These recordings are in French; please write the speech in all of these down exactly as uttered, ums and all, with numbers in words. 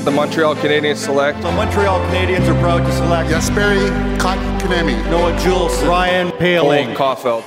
the Montreal Canadiens select. The Montreal Canadiens are proud to select Jesperi Kotkaniemi, Noah Jules, Ryan Poehling, Cole Caulfield.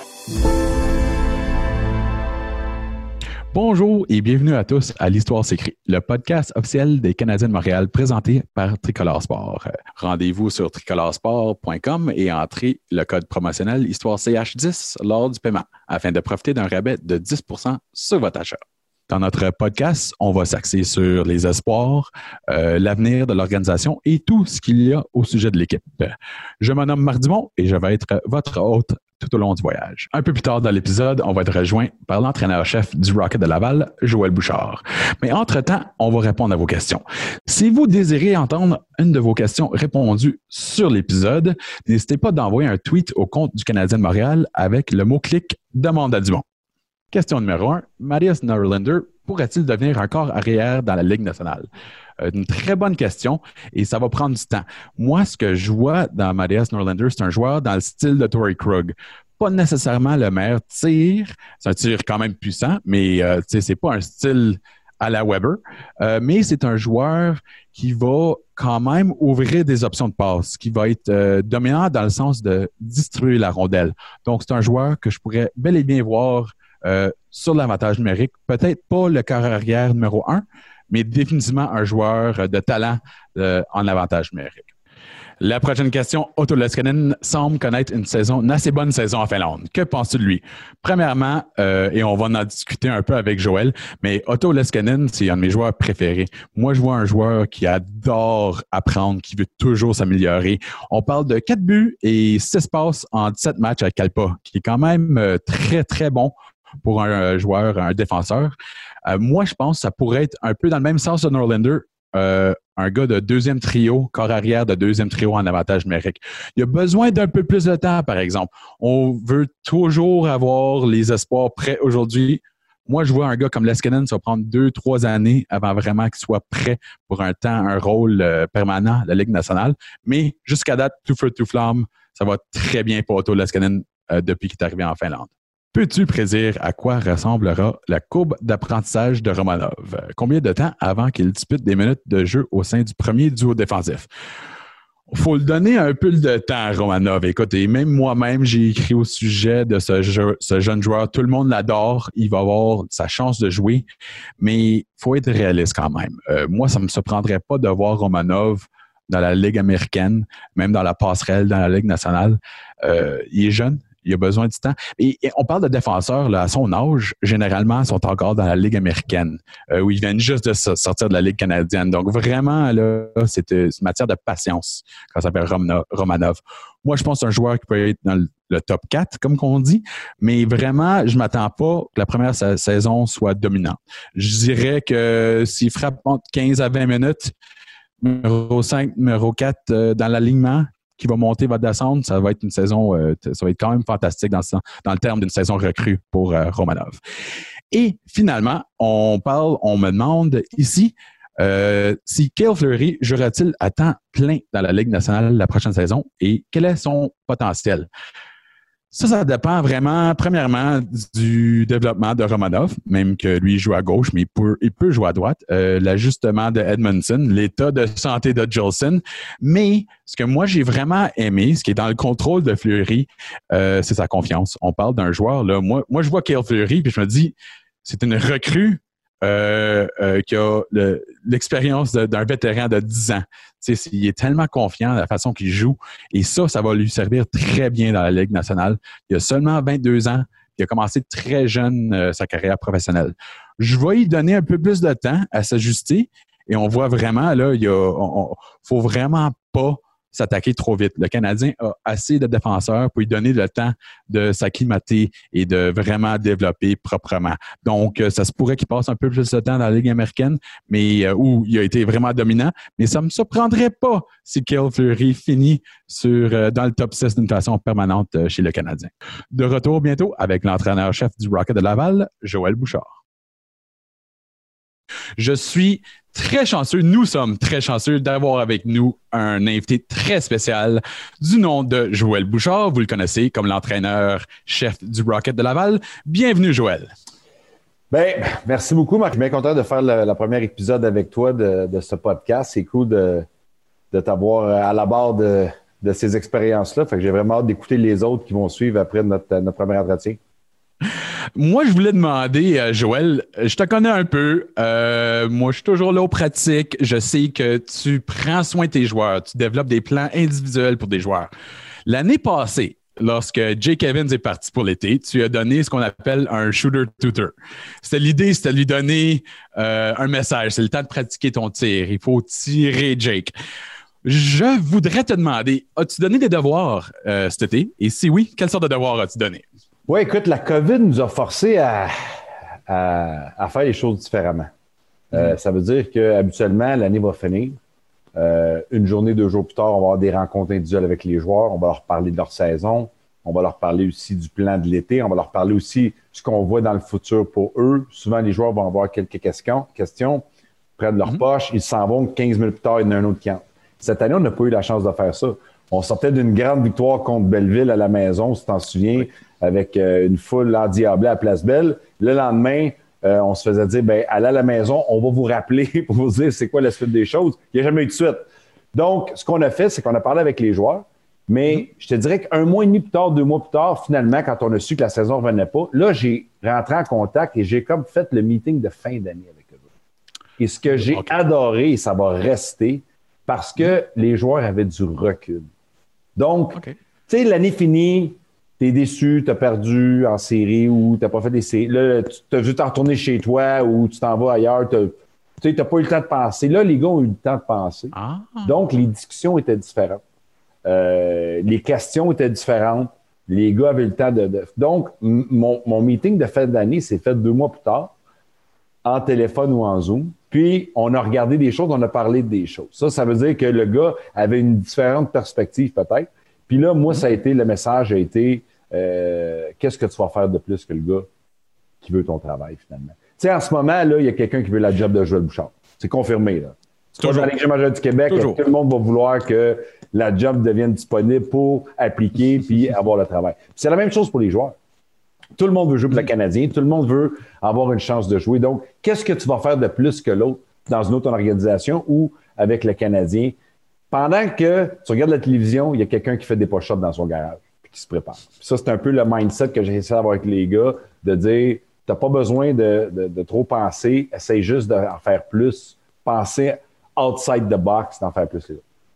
Bonjour et bienvenue à tous à l'Histoire s'écrit, le podcast officiel des Canadiens de Montréal présenté par Tricolore Sport. Rendez-vous sur tricolore sport point com et entrez le code promotionnel Histoire C H dix lors du paiement afin de profiter d'un rabais de dix pour cent sur votre achat. Dans notre podcast, on va s'axer sur les espoirs, euh, l'avenir de l'organisation et tout ce qu'il y a au sujet de l'équipe. Je me nomme Marc Dumont et je vais être votre hôte tout au long du voyage. Un peu plus tard dans l'épisode, on va être rejoint par l'entraîneur-chef du Rocket de Laval, Joël Bouchard. Mais entre-temps, on va répondre à vos questions. Si vous désirez entendre une de vos questions répondues sur l'épisode, n'hésitez pas d'envoyer un tweet au compte du Canadien de Montréal avec le mot-clic « Demande à Dumont ». Question numéro un. Marius Norlander pourrait-il devenir un corps arrière dans la Ligue nationale? Euh, une très bonne question et ça va prendre du temps. Moi, ce que je vois dans Marius Norlander, c'est un joueur dans le style de Torrey Krug. Pas nécessairement le meilleur tir. C'est un tir quand même puissant, mais euh, c'est pas un style à la Weber. Euh, mais c'est un joueur qui va quand même ouvrir des options de passe, qui va être euh, dominant dans le sens de distribuer la rondelle. Donc, c'est un joueur que je pourrais bel et bien voir Euh, sur l'avantage numérique, peut-être pas le corps arrière numéro un, mais définitivement un joueur de talent euh, en avantage numérique. La prochaine question, Otto Leskinen semble connaître une saison, une assez bonne saison en Finlande. Que penses-tu de lui? Premièrement, euh, et on va en discuter un peu avec Joël, mais Otto Leskinen, c'est un de mes joueurs préférés. Moi, je vois un joueur qui adore apprendre, qui veut toujours s'améliorer. On parle de quatre buts et six passes en dix-sept matchs avec Kalpa, qui est quand même euh, très, très bon pour un joueur, un défenseur. Euh, moi, je pense que ça pourrait être un peu dans le même sens de Norlander, euh, un gars de deuxième trio, corps arrière de deuxième trio en avantage numérique. Il a besoin d'un peu plus de temps, par exemple. On veut toujours avoir les espoirs prêts aujourd'hui. Moi, je vois un gars comme Leskinen, ça va prendre deux, trois années avant vraiment qu'il soit prêt pour un temps, un rôle euh, permanent de la Ligue nationale. Mais jusqu'à date, tout feu, tout flamme, ça va très bien pour Otto Leskinen euh, depuis qu'il est arrivé en Finlande. Peux-tu prédire à quoi ressemblera la courbe d'apprentissage de Romanov? Combien de temps avant qu'il dispute des minutes de jeu au sein du premier duo défensif? Il faut le donner un peu de temps à Romanov. Écoutez, même moi-même, j'ai écrit au sujet de ce, jeu, ce jeune joueur. Tout le monde l'adore. Il va avoir sa chance de jouer, mais il faut être réaliste quand même. Euh, moi, ça ne me surprendrait pas de voir Romanov dans la Ligue américaine, même dans la passerelle, dans la Ligue nationale. Euh, il est jeune. Il a besoin du temps. Et, et on parle de défenseurs, là, à son âge, généralement, sont encore dans la Ligue américaine, euh, où ils viennent juste de sortir de la Ligue canadienne. Donc, vraiment, là, c'est une matière de patience quand ça s'appelle Romanov. Moi, je pense que c'est un joueur qui peut être dans le, le top quatre, comme qu'on dit, mais vraiment, je ne m'attends pas que la première sa- saison soit dominante. Je dirais que s'il frappe entre quinze à vingt minutes, numéro cinq, numéro quatre euh, dans l'alignement, qui va monter, va descendre, ça va être une saison, euh, ça va être quand même fantastique dans, ce, dans le terme d'une saison recrue pour euh, Romanov. Et finalement, on parle, on me demande ici euh, si Cale Fleury jouera-t-il à temps plein dans la Ligue nationale la prochaine saison et quel est son potentiel? Ça, ça dépend vraiment, premièrement, du développement de Romanov, même que lui joue à gauche, mais il peut, il peut jouer à droite. Euh, l'ajustement de Edmondson, l'état de santé de Jolson. Mais ce que moi, j'ai vraiment aimé, ce qui est dans le contrôle de Fleury, euh, c'est sa confiance. On parle d'un joueur, là. Moi, moi je vois Cale Fleury, puis je me dis, c'est une recrue euh, euh, qui a le, l'expérience de, d'un vétéran de dix ans. Tu sais, il est tellement confiant de la façon qu'il joue. Et ça, ça va lui servir très bien dans la Ligue nationale. Il a seulement vingt-deux ans. Il a commencé très jeune euh, sa carrière professionnelle. Je vais lui donner un peu plus de temps à s'ajuster. Et on voit vraiment, là, il y a, on, on, faut vraiment pas s'attaquer trop vite. Le Canadien a assez de défenseurs pour lui donner le temps de s'acclimater et de vraiment développer proprement. Donc, ça se pourrait qu'il passe un peu plus de temps dans la Ligue américaine, mais euh, où il a été vraiment dominant. Mais ça ne me surprendrait pas si Cale Fleury finit sur, euh, dans le top six d'une façon permanente euh, chez le Canadien. De retour bientôt avec l'entraîneur-chef du Rocket de Laval, Joël Bouchard. Je suis très chanceux, nous sommes très chanceux d'avoir avec nous un invité très spécial du nom de Joël Bouchard. Vous le connaissez comme l'entraîneur-chef du Rocket de Laval. Bienvenue, Joël. Ben, merci beaucoup, Marc. Je suis bien content de faire le, le premier épisode avec toi de, de ce podcast. C'est cool de, de t'avoir à la barre de, de ces expériences-là. Fait que j'ai vraiment hâte d'écouter les autres qui vont suivre après notre, notre premier entretien. Moi, je voulais demander, euh, Joël, je te connais un peu. Euh, moi, je suis toujours là aux pratiques. Je sais que tu prends soin de tes joueurs. Tu développes des plans individuels pour des joueurs. L'année passée, lorsque Jake Evans est parti pour l'été, tu as donné ce qu'on appelle un shooter-tutor. C'était l'idée, c'était de lui donner euh, un message. C'est le temps de pratiquer ton tir. Il faut tirer Jake. Je voudrais te demander, as-tu donné des devoirs euh, cet été? Et si oui, quelle sorte de devoirs as-tu donné? Oui, écoute, la COVID nous a forcés à, à, à faire les choses différemment. Mm-hmm. Euh, ça veut dire qu'habituellement, l'année va finir. Euh, une journée, deux jours plus tard, on va avoir des rencontres individuelles avec les joueurs. On va leur parler de leur saison. On va leur parler aussi du plan de l'été. On va leur parler aussi de ce qu'on voit dans le futur pour eux. Souvent, les joueurs vont avoir quelques questions, questions prennent leur mm-hmm. poche. Ils s'en vont quinze minutes plus tard, il y en a un autre qui entre. Cette année, on n'a pas eu la chance de faire ça. On sortait d'une grande victoire contre Belleville à la maison, si tu t'en souviens, oui. avec euh, une foule endiablée à Place Belle. Le lendemain, euh, on se faisait dire, ben, allez à la maison, on va vous rappeler pour vous dire c'est quoi la suite des choses. Il n'y a jamais eu de suite. Donc, ce qu'on a fait, c'est qu'on a parlé avec les joueurs, mais mm-hmm. je te dirais qu'un mois et demi plus tard, deux mois plus tard, finalement, quand on a su que la saison ne revenait pas, là, j'ai rentré en contact et j'ai comme fait le meeting de fin d'année avec eux. Et ce que j'ai okay. adoré, et ça va rester, parce que mm-hmm. les joueurs avaient du recul. Donc, okay. tu sais, l'année finie, t'es déçu, t'as perdu en série ou t'as pas fait des séries. Là, tu t'as vu t'en retourner chez toi ou tu t'en vas ailleurs. Tu sais, t'as pas eu le temps de penser. Là, les gars ont eu le temps de penser. Ah. Donc, les discussions étaient différentes. Euh, les questions étaient différentes. Les gars avaient le temps de... de... Donc, m- mon, mon meeting de fin d'année s'est fait deux mois plus tard, en téléphone ou en Zoom. Puis, on a regardé des choses, on a parlé des choses. Ça, ça veut dire que le gars avait une différente perspective, peut-être. Puis là, moi, ça a été, le message a été, euh, qu'est-ce que tu vas faire de plus que le gars qui veut ton travail, finalement? Tu sais, en ce moment, là, il y a quelqu'un qui veut la job de Joël Bouchard. C'est confirmé, là. C'est pas dans l'Église majeure du Québec, tout le monde va vouloir que la job devienne disponible pour appliquer puis avoir le travail. Puis c'est la même chose pour les joueurs. Tout le monde veut jouer pour le Canadien. Tout le monde veut avoir une chance de jouer. Donc, qu'est-ce que tu vas faire de plus que l'autre dans une autre organisation ou avec le Canadien? Pendant que tu regardes la télévision, il y a quelqu'un qui fait des push-ups dans son garage et qui se prépare. Puis ça, c'est un peu le mindset que j'ai essayé d'avoir avec les gars, de dire, tu n'as pas besoin de, de, de trop penser, essaye juste d'en faire plus. Penser outside the box, d'en faire plus.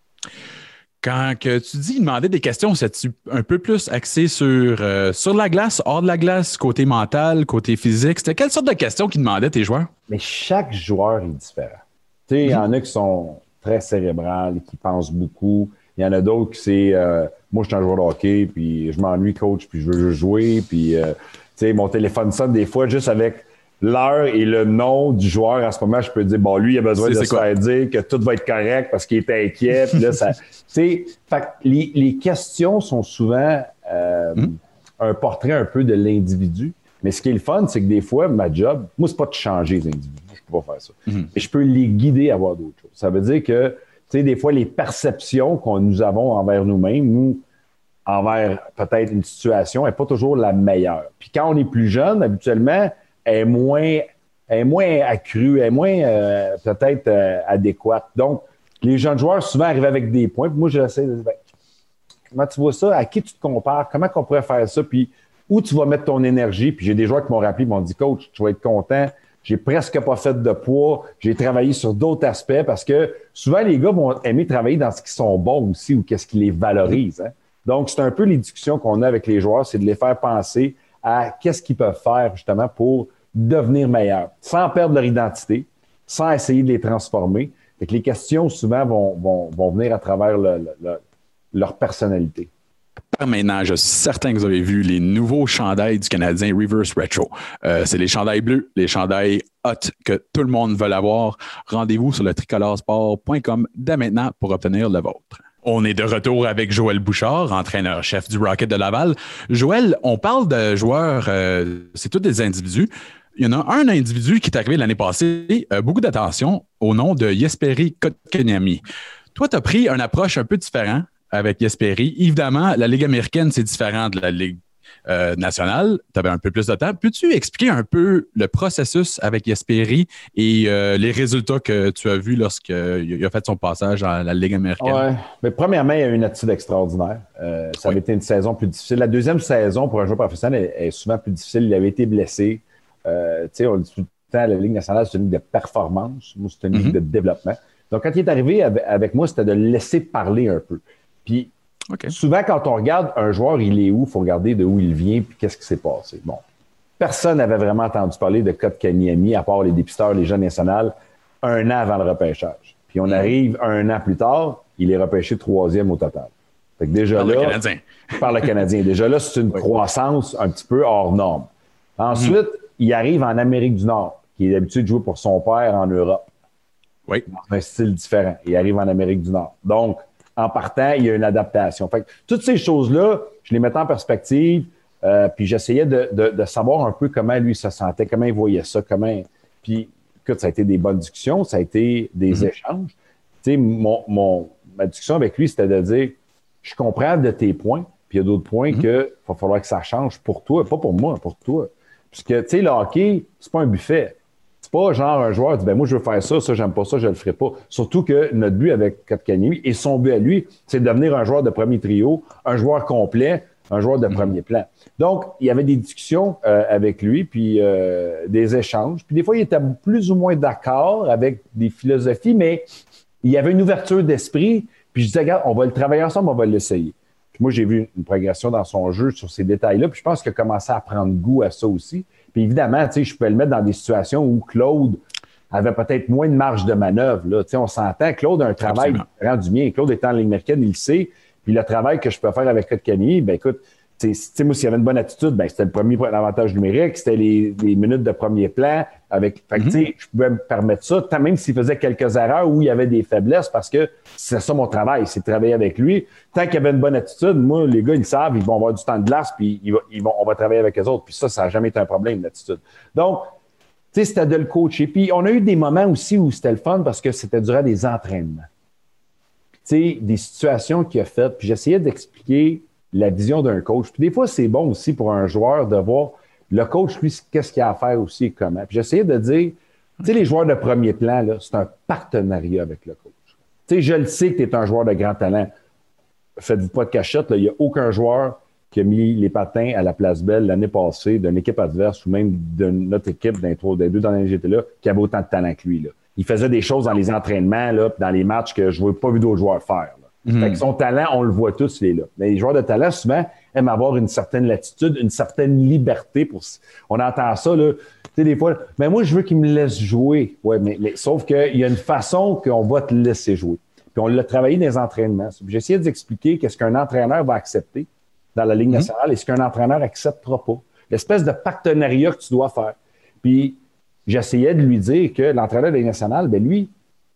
Quand que tu dis demander des questions, c'est-tu un peu plus axé sur, euh, sur la glace, hors de la glace, côté mental, côté physique? C'était quelle sorte de questions qu'ils demandaient tes joueurs? Mais chaque joueur est différent. Tu sais, il mm-hmm. y en a qui sont très cérébrales, qui pensent beaucoup. Il y en a d'autres qui c'est euh, moi, je suis un joueur de hockey, puis je m'ennuie, coach, puis je veux juste jouer. Puis, euh, tu sais, mon téléphone sonne des fois juste avec l'heure et le nom du joueur. En ce moment, je peux dire, bon, lui, il a besoin c'est, de se faire dire que tout va être correct parce qu'il est inquiet. Puis là, ça, tu sais, fait que les, les questions sont souvent euh, mm. un portrait un peu de l'individu. Mais ce qui est le fun, c'est que des fois, ma job, moi, c'est pas de changer les individus. Je peux pas faire ça. Mm. Mais je peux les guider à voir d'autres choses. Ça veut dire que, tu sais, des fois, les perceptions que nous avons envers nous-mêmes, nous, envers peut-être une situation, n'est pas toujours la meilleure. Puis quand on est plus jeune, habituellement, est moins, est moins accrue, est moins euh, peut-être euh, adéquate. Donc, les jeunes joueurs souvent arrivent avec des points. Puis moi, j'essaie de dire, ben, comment tu vois ça? À qui tu te compares? Comment on pourrait faire ça? Puis où tu vas mettre ton énergie? Puis j'ai des joueurs qui m'ont rappelé, ils m'ont dit, coach, tu vas être content. J'ai presque pas fait de poids. J'ai travaillé sur d'autres aspects parce que souvent, les gars vont aimer travailler dans ce qui sont bons aussi ou qu'est-ce qui les valorise. Hein? Donc, c'est un peu les discussions qu'on a avec les joueurs, c'est de les faire penser à qu'est-ce qu'ils peuvent faire justement pour devenir meilleurs, sans perdre leur identité, sans essayer de les transformer. Fait que les questions, souvent, vont, vont, vont venir à travers le, le, le, leur personnalité. Maintenant, je suis certain que vous avez vu les nouveaux chandails du Canadien Reverse Retro. Euh, c'est les chandails bleus, les chandails hot que tout le monde veut avoir. Rendez-vous sur le tricolore sport point com dès maintenant pour obtenir le vôtre. On est de retour avec Joël Bouchard, entraîneur-chef du Rocket de Laval. Joël, on parle de joueurs, euh, c'est tous des individus. Il y en a un individu qui est arrivé l'année passée, euh, beaucoup d'attention, au nom de Jesperi Kotkaniemi. Toi, tu as pris une approche un peu différente avec Jesperi. Évidemment, la Ligue américaine, c'est différent de la Ligue euh, nationale, tu avais un peu plus de temps. Peux-tu expliquer un peu le processus avec Jesperi et euh, les résultats que tu as vus lorsqu'il a fait son passage à la Ligue américaine? Ouais. Mais premièrement, il a eu une attitude extraordinaire. Euh, ça avait oui. été une saison plus difficile. La deuxième saison pour un joueur professionnel est, est souvent plus difficile. Il avait été blessé. Euh, tu sais, on le dit tout le temps, la Ligue nationale, c'est une ligue de performance. Moi, c'est une mm-hmm. ligue de développement. Donc, quand il est arrivé avec moi, c'était de le laisser parler un peu. Puis, okay. souvent, quand on regarde un joueur, il est où? Il faut regarder de où il vient puis qu'est-ce qui s'est passé. Bon, personne n'avait vraiment entendu parler de Kotkaniemi, à part les dépisteurs, les jeunes nationales, un an avant le repêchage. Puis, on mmh. arrive un an plus tard, il est repêché troisième au total. Fait que déjà par là, le Canadien. Par le Canadien. Déjà là, c'est une oui. croissance un petit peu hors norme. Ensuite, mmh. il arrive en Amérique du Nord, qui est d'habitude de jouer pour son père en Europe. Oui. Dans un style différent. Il arrive en Amérique du Nord. Donc, en partant, il y a une adaptation. Fait que toutes ces choses-là, je les mettais en perspective, euh, puis j'essayais de, de, de savoir un peu comment lui se sentait, comment il voyait ça, comment... Puis, écoute, ça a été des bonnes discussions, ça a été des mm-hmm. échanges. Tu sais, mon, mon, ma discussion avec lui, c'était de dire, je comprends de tes points, puis il y a d'autres points mm-hmm. qu'il va falloir que ça change pour toi, pas pour moi, pour toi. Puisque, tu sais, le hockey, c'est pas un buffet. C'est pas genre un joueur qui dit ben moi je veux faire ça, ça j'aime pas ça, je le ferai pas. Surtout que notre but avec Kotkaniemi et son but à lui, c'est de devenir un joueur de premier trio, un joueur complet, un joueur de mm-hmm. premier plan. Donc, il y avait des discussions euh, avec lui, puis euh, des échanges. Puis des fois, il était plus ou moins d'accord avec des philosophies, mais il y avait une ouverture d'esprit. Puis je disais, regarde, on va le travailler ensemble, on va l'essayer. Puis moi, j'ai vu une progression dans son jeu sur ces détails-là. Puis je pense qu'il a commencé à prendre goût à ça aussi. Puis évidemment, tu sais, je pouvais le mettre dans des situations où Claude avait peut-être moins de marge de manœuvre. Là. Tu sais, on s'entend, Claude a un travail rendu bien. Claude étant en Ligue américaine, il le sait. Puis le travail que je peux faire avec Kotkaniemi, ben écoute, tu sais, moi, s'il y avait une bonne attitude, ben c'était le premier avantage numérique, c'était les, les minutes de premier plan. Avec, fait que, mm-hmm. tu sais, je pouvais me permettre ça, tant même s'il faisait quelques erreurs où il y avait des faiblesses, parce que c'est ça mon travail, c'est de travailler avec lui. Tant qu'il y avait une bonne attitude, moi, les gars, ils le savent, ils vont avoir du temps de glace, puis ils, ils vont, on va travailler avec eux autres. Puis ça, ça n'a jamais été un problème, l'attitude. Donc, tu sais, c'était de le coacher. Puis on a eu des moments aussi où c'était le fun parce que c'était durant des entraînements. Tu sais, des situations qu'il a faites. Puis j'essayais d'expliquer la vision d'un coach. Puis des fois, c'est bon aussi pour un joueur de voir le coach, lui, qu'est-ce qu'il a à faire aussi et comment. Puis j'essayais de dire, tu sais, les joueurs de premier plan, là, c'est un partenariat avec le coach. Tu sais, je le sais que tu es un joueur de grand talent. Faites-vous pas de cachette, il n'y a aucun joueur qui a mis les patins à la Place Belle l'année passée d'une équipe adverse ou même de notre équipe, d'un trois, des deux dans l'année j'étais là, qui avait autant de talent que lui. Là. Il faisait des choses dans les entraînements, là, dans les matchs que je ne vois pas vu d'autres joueurs faire. Là. Mm-hmm. Fait que son talent, on le voit tous, il est là. Mais les joueurs de talent, souvent, aiment avoir une certaine latitude, une certaine liberté. Pour. On entend ça, là. Tu sais, des fois, mais moi, je veux qu'il me laisse jouer. Ouais, mais, mais sauf qu'il y a une façon qu'on va te laisser jouer. Puis on l'a travaillé dans les entraînements. J'ai essayé d'expliquer qu'est-ce qu'un entraîneur va accepter dans la Ligue nationale mm-hmm. et ce qu'un entraîneur n'acceptera pas. L'espèce de partenariat que tu dois faire. Puis j'essayais de lui dire que l'entraîneur de la Ligue nationale, ben lui,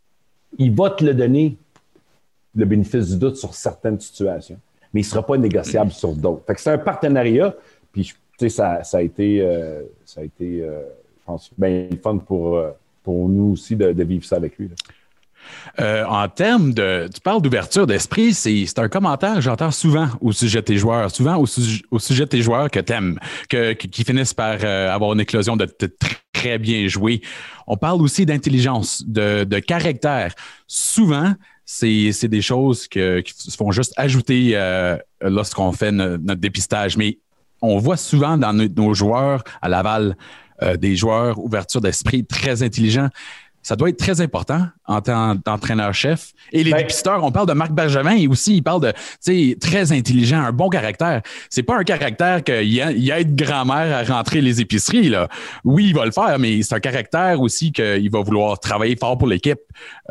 il va te le donner le bénéfice du doute sur certaines situations, mais il ne sera pas négociable sur d'autres. Fait que c'est un partenariat, puis tu sais, ça, ça a été, euh, ça a été euh, je pense, bien fun pour, euh, pour nous aussi de, de vivre ça avec lui. Là. Euh, en termes de... Tu parles d'ouverture d'esprit, c'est, c'est un commentaire que j'entends souvent au sujet de tes joueurs, souvent au, sujet, au sujet de tes joueurs que tu aimes, que, que, qui finissent par euh, avoir une éclosion de, de très, très bien jouer. On parle aussi d'intelligence, de, de caractère. Souvent, c'est, c'est des choses que, qui se font juste ajouter euh, lorsqu'on fait no, notre dépistage. Mais on voit souvent dans nos, nos joueurs à Laval euh, des joueurs ouverture d'esprit très intelligents. Ça doit être très important en tant qu'entraîneur-chef. Et les ben, dépisteurs, on parle de Marc Bergevin et aussi, il parle de, tu sais, très intelligent, un bon caractère. C'est pas un caractère qu'il aide grand-mère à rentrer les épiceries, là. Oui, il va le faire, mais c'est un caractère aussi qu'il va vouloir travailler fort pour l'équipe.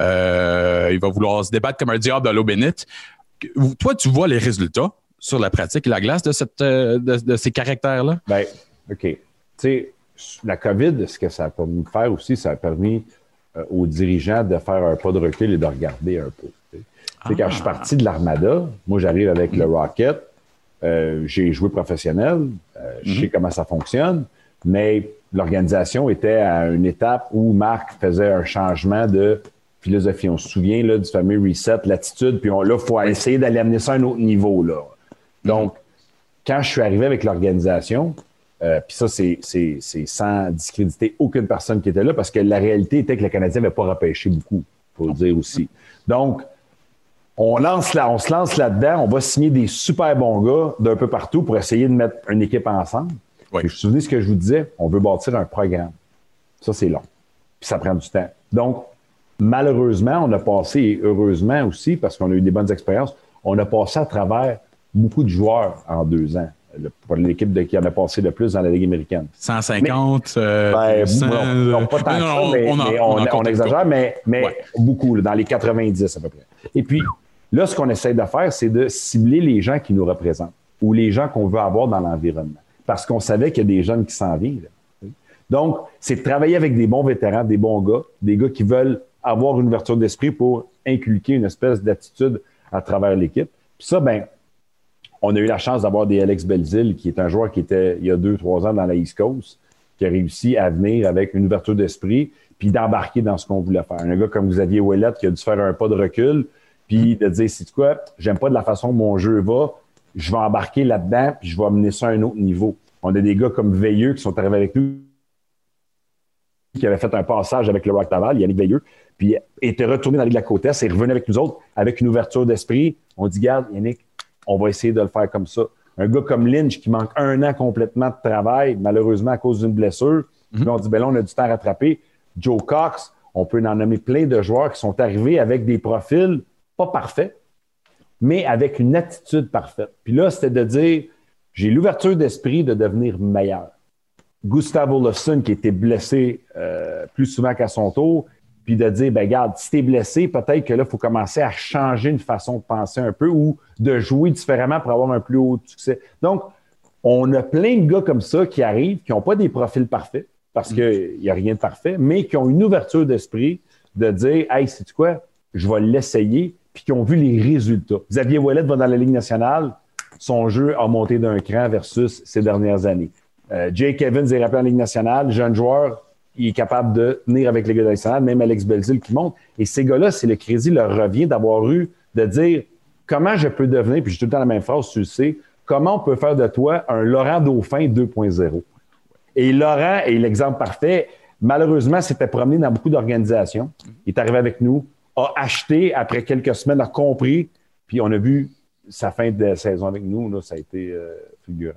Euh, il va vouloir se débattre comme un diable à l'eau bénite. Toi, tu vois les résultats sur la pratique et la glace de, cette, de, de ces caractères-là? Ben, OK. Tu sais, la COVID, ce que ça a permis de faire aussi, ça a permis aux dirigeants de faire un pas de recul et de regarder un peu. Ah. Quand je suis parti de l'Armada, moi, j'arrive avec mm-hmm. le Rocket, euh, j'ai joué professionnel, euh, je mm-hmm. sais comment ça fonctionne, mais l'organisation était à une étape où Marc faisait un changement de philosophie. On se souvient là, du fameux reset, l'attitude, puis on, là, il faut essayer d'aller amener ça à un autre niveau. Là. Donc, mm-hmm. quand je suis arrivé avec l'organisation, euh, puis ça, c'est, c'est, c'est sans discréditer aucune personne qui était là, parce que la réalité était que le Canadien n'avait pas repêché beaucoup, il faut le dire aussi. Donc, on, lance là, on se lance là-dedans, on va signer des super bons gars d'un peu partout pour essayer de mettre une équipe ensemble. Oui. Et je me souviens ce que je vous disais, on veut bâtir un programme. Ça, c'est long. Puis ça prend du temps. Donc, malheureusement, on a passé, et heureusement aussi, parce qu'on a eu des bonnes expériences, on a passé à travers beaucoup de joueurs en deux ans. Le, pour l'équipe de, qui en a passé le plus dans la Ligue américaine. cent cinquante, mais, euh, ben, cent, non, non, pas tant non, que ça, mais, on, en, mais on, on, on exagère, mais, mais ouais. beaucoup, là, dans les quatre-vingt-dix à peu près. Et puis, là, ce qu'on essaie de faire, c'est de cibler les gens qui nous représentent ou les gens qu'on veut avoir dans l'environnement. Parce qu'on savait qu'il y a des jeunes qui s'en viennent. Là. Donc, c'est de travailler avec des bons vétérans, des bons gars, des gars qui veulent avoir une ouverture d'esprit pour inculquer une espèce d'attitude à travers l'équipe. Puis ça, ben, on a eu la chance d'avoir des Alex Belzile, qui est un joueur qui était il y a deux, trois ans dans la East Coast, qui a réussi à venir avec une ouverture d'esprit, puis d'embarquer dans ce qu'on voulait faire. Un gars comme Xavier Ouellet qui a dû faire un pas de recul, puis de dire, c'est quoi, j'aime pas de la façon dont mon jeu va, je vais embarquer là-dedans, puis je vais amener ça à un autre niveau. On a des gars comme Veilleux qui sont arrivés avec nous, qui avaient fait un passage avec le Rock Laval, Yannick Veilleux, puis était retourné dans la Ligue de la Côte-Est et revenu avec nous autres avec une ouverture d'esprit. On dit, garde, Yannick, on va essayer de le faire comme ça. Un gars comme Lynch qui manque un an complètement de travail, malheureusement à cause d'une blessure. Mm-hmm. Puis on dit, ben là, on a du temps à rattraper. Joe Cox, on peut en nommer plein de joueurs qui sont arrivés avec des profils pas parfaits, mais avec une attitude parfaite. Puis là, c'était de dire, j'ai l'ouverture d'esprit de devenir meilleur. Gustav Olofsson, qui était blessé euh, plus souvent qu'à son tour, puis de dire, ben regarde, si t'es blessé, peut-être que là, il faut commencer à changer une façon de penser un peu ou de jouer différemment pour avoir un plus haut succès. Donc, on a plein de gars comme ça qui arrivent, qui n'ont pas des profils parfaits, parce qu'il n'y a rien de parfait, mais qui ont une ouverture d'esprit de dire, hey, sais-tu quoi, je vais l'essayer, puis qui ont vu les résultats. Xavier Ouellet va dans la Ligue nationale, son jeu a monté d'un cran versus ces dernières années. Euh, Jake Evans est rappelé en Ligue nationale, jeune joueur, il est capable de tenir avec les gars de nationale, même Alex Belzile qui monte. Et ces gars-là, c'est le crédit leur revient d'avoir eu, de dire comment je peux devenir, puis j'ai tout le temps la même phrase, tu le sais, comment on peut faire de toi un Laurent Dauphin deux point zéro. Et Laurent est l'exemple parfait. Malheureusement, s'était promené dans beaucoup d'organisations. Il est arrivé avec nous, a acheté après quelques semaines, a compris, puis on a vu sa fin de saison avec nous, là, ça a été euh, fulgurant.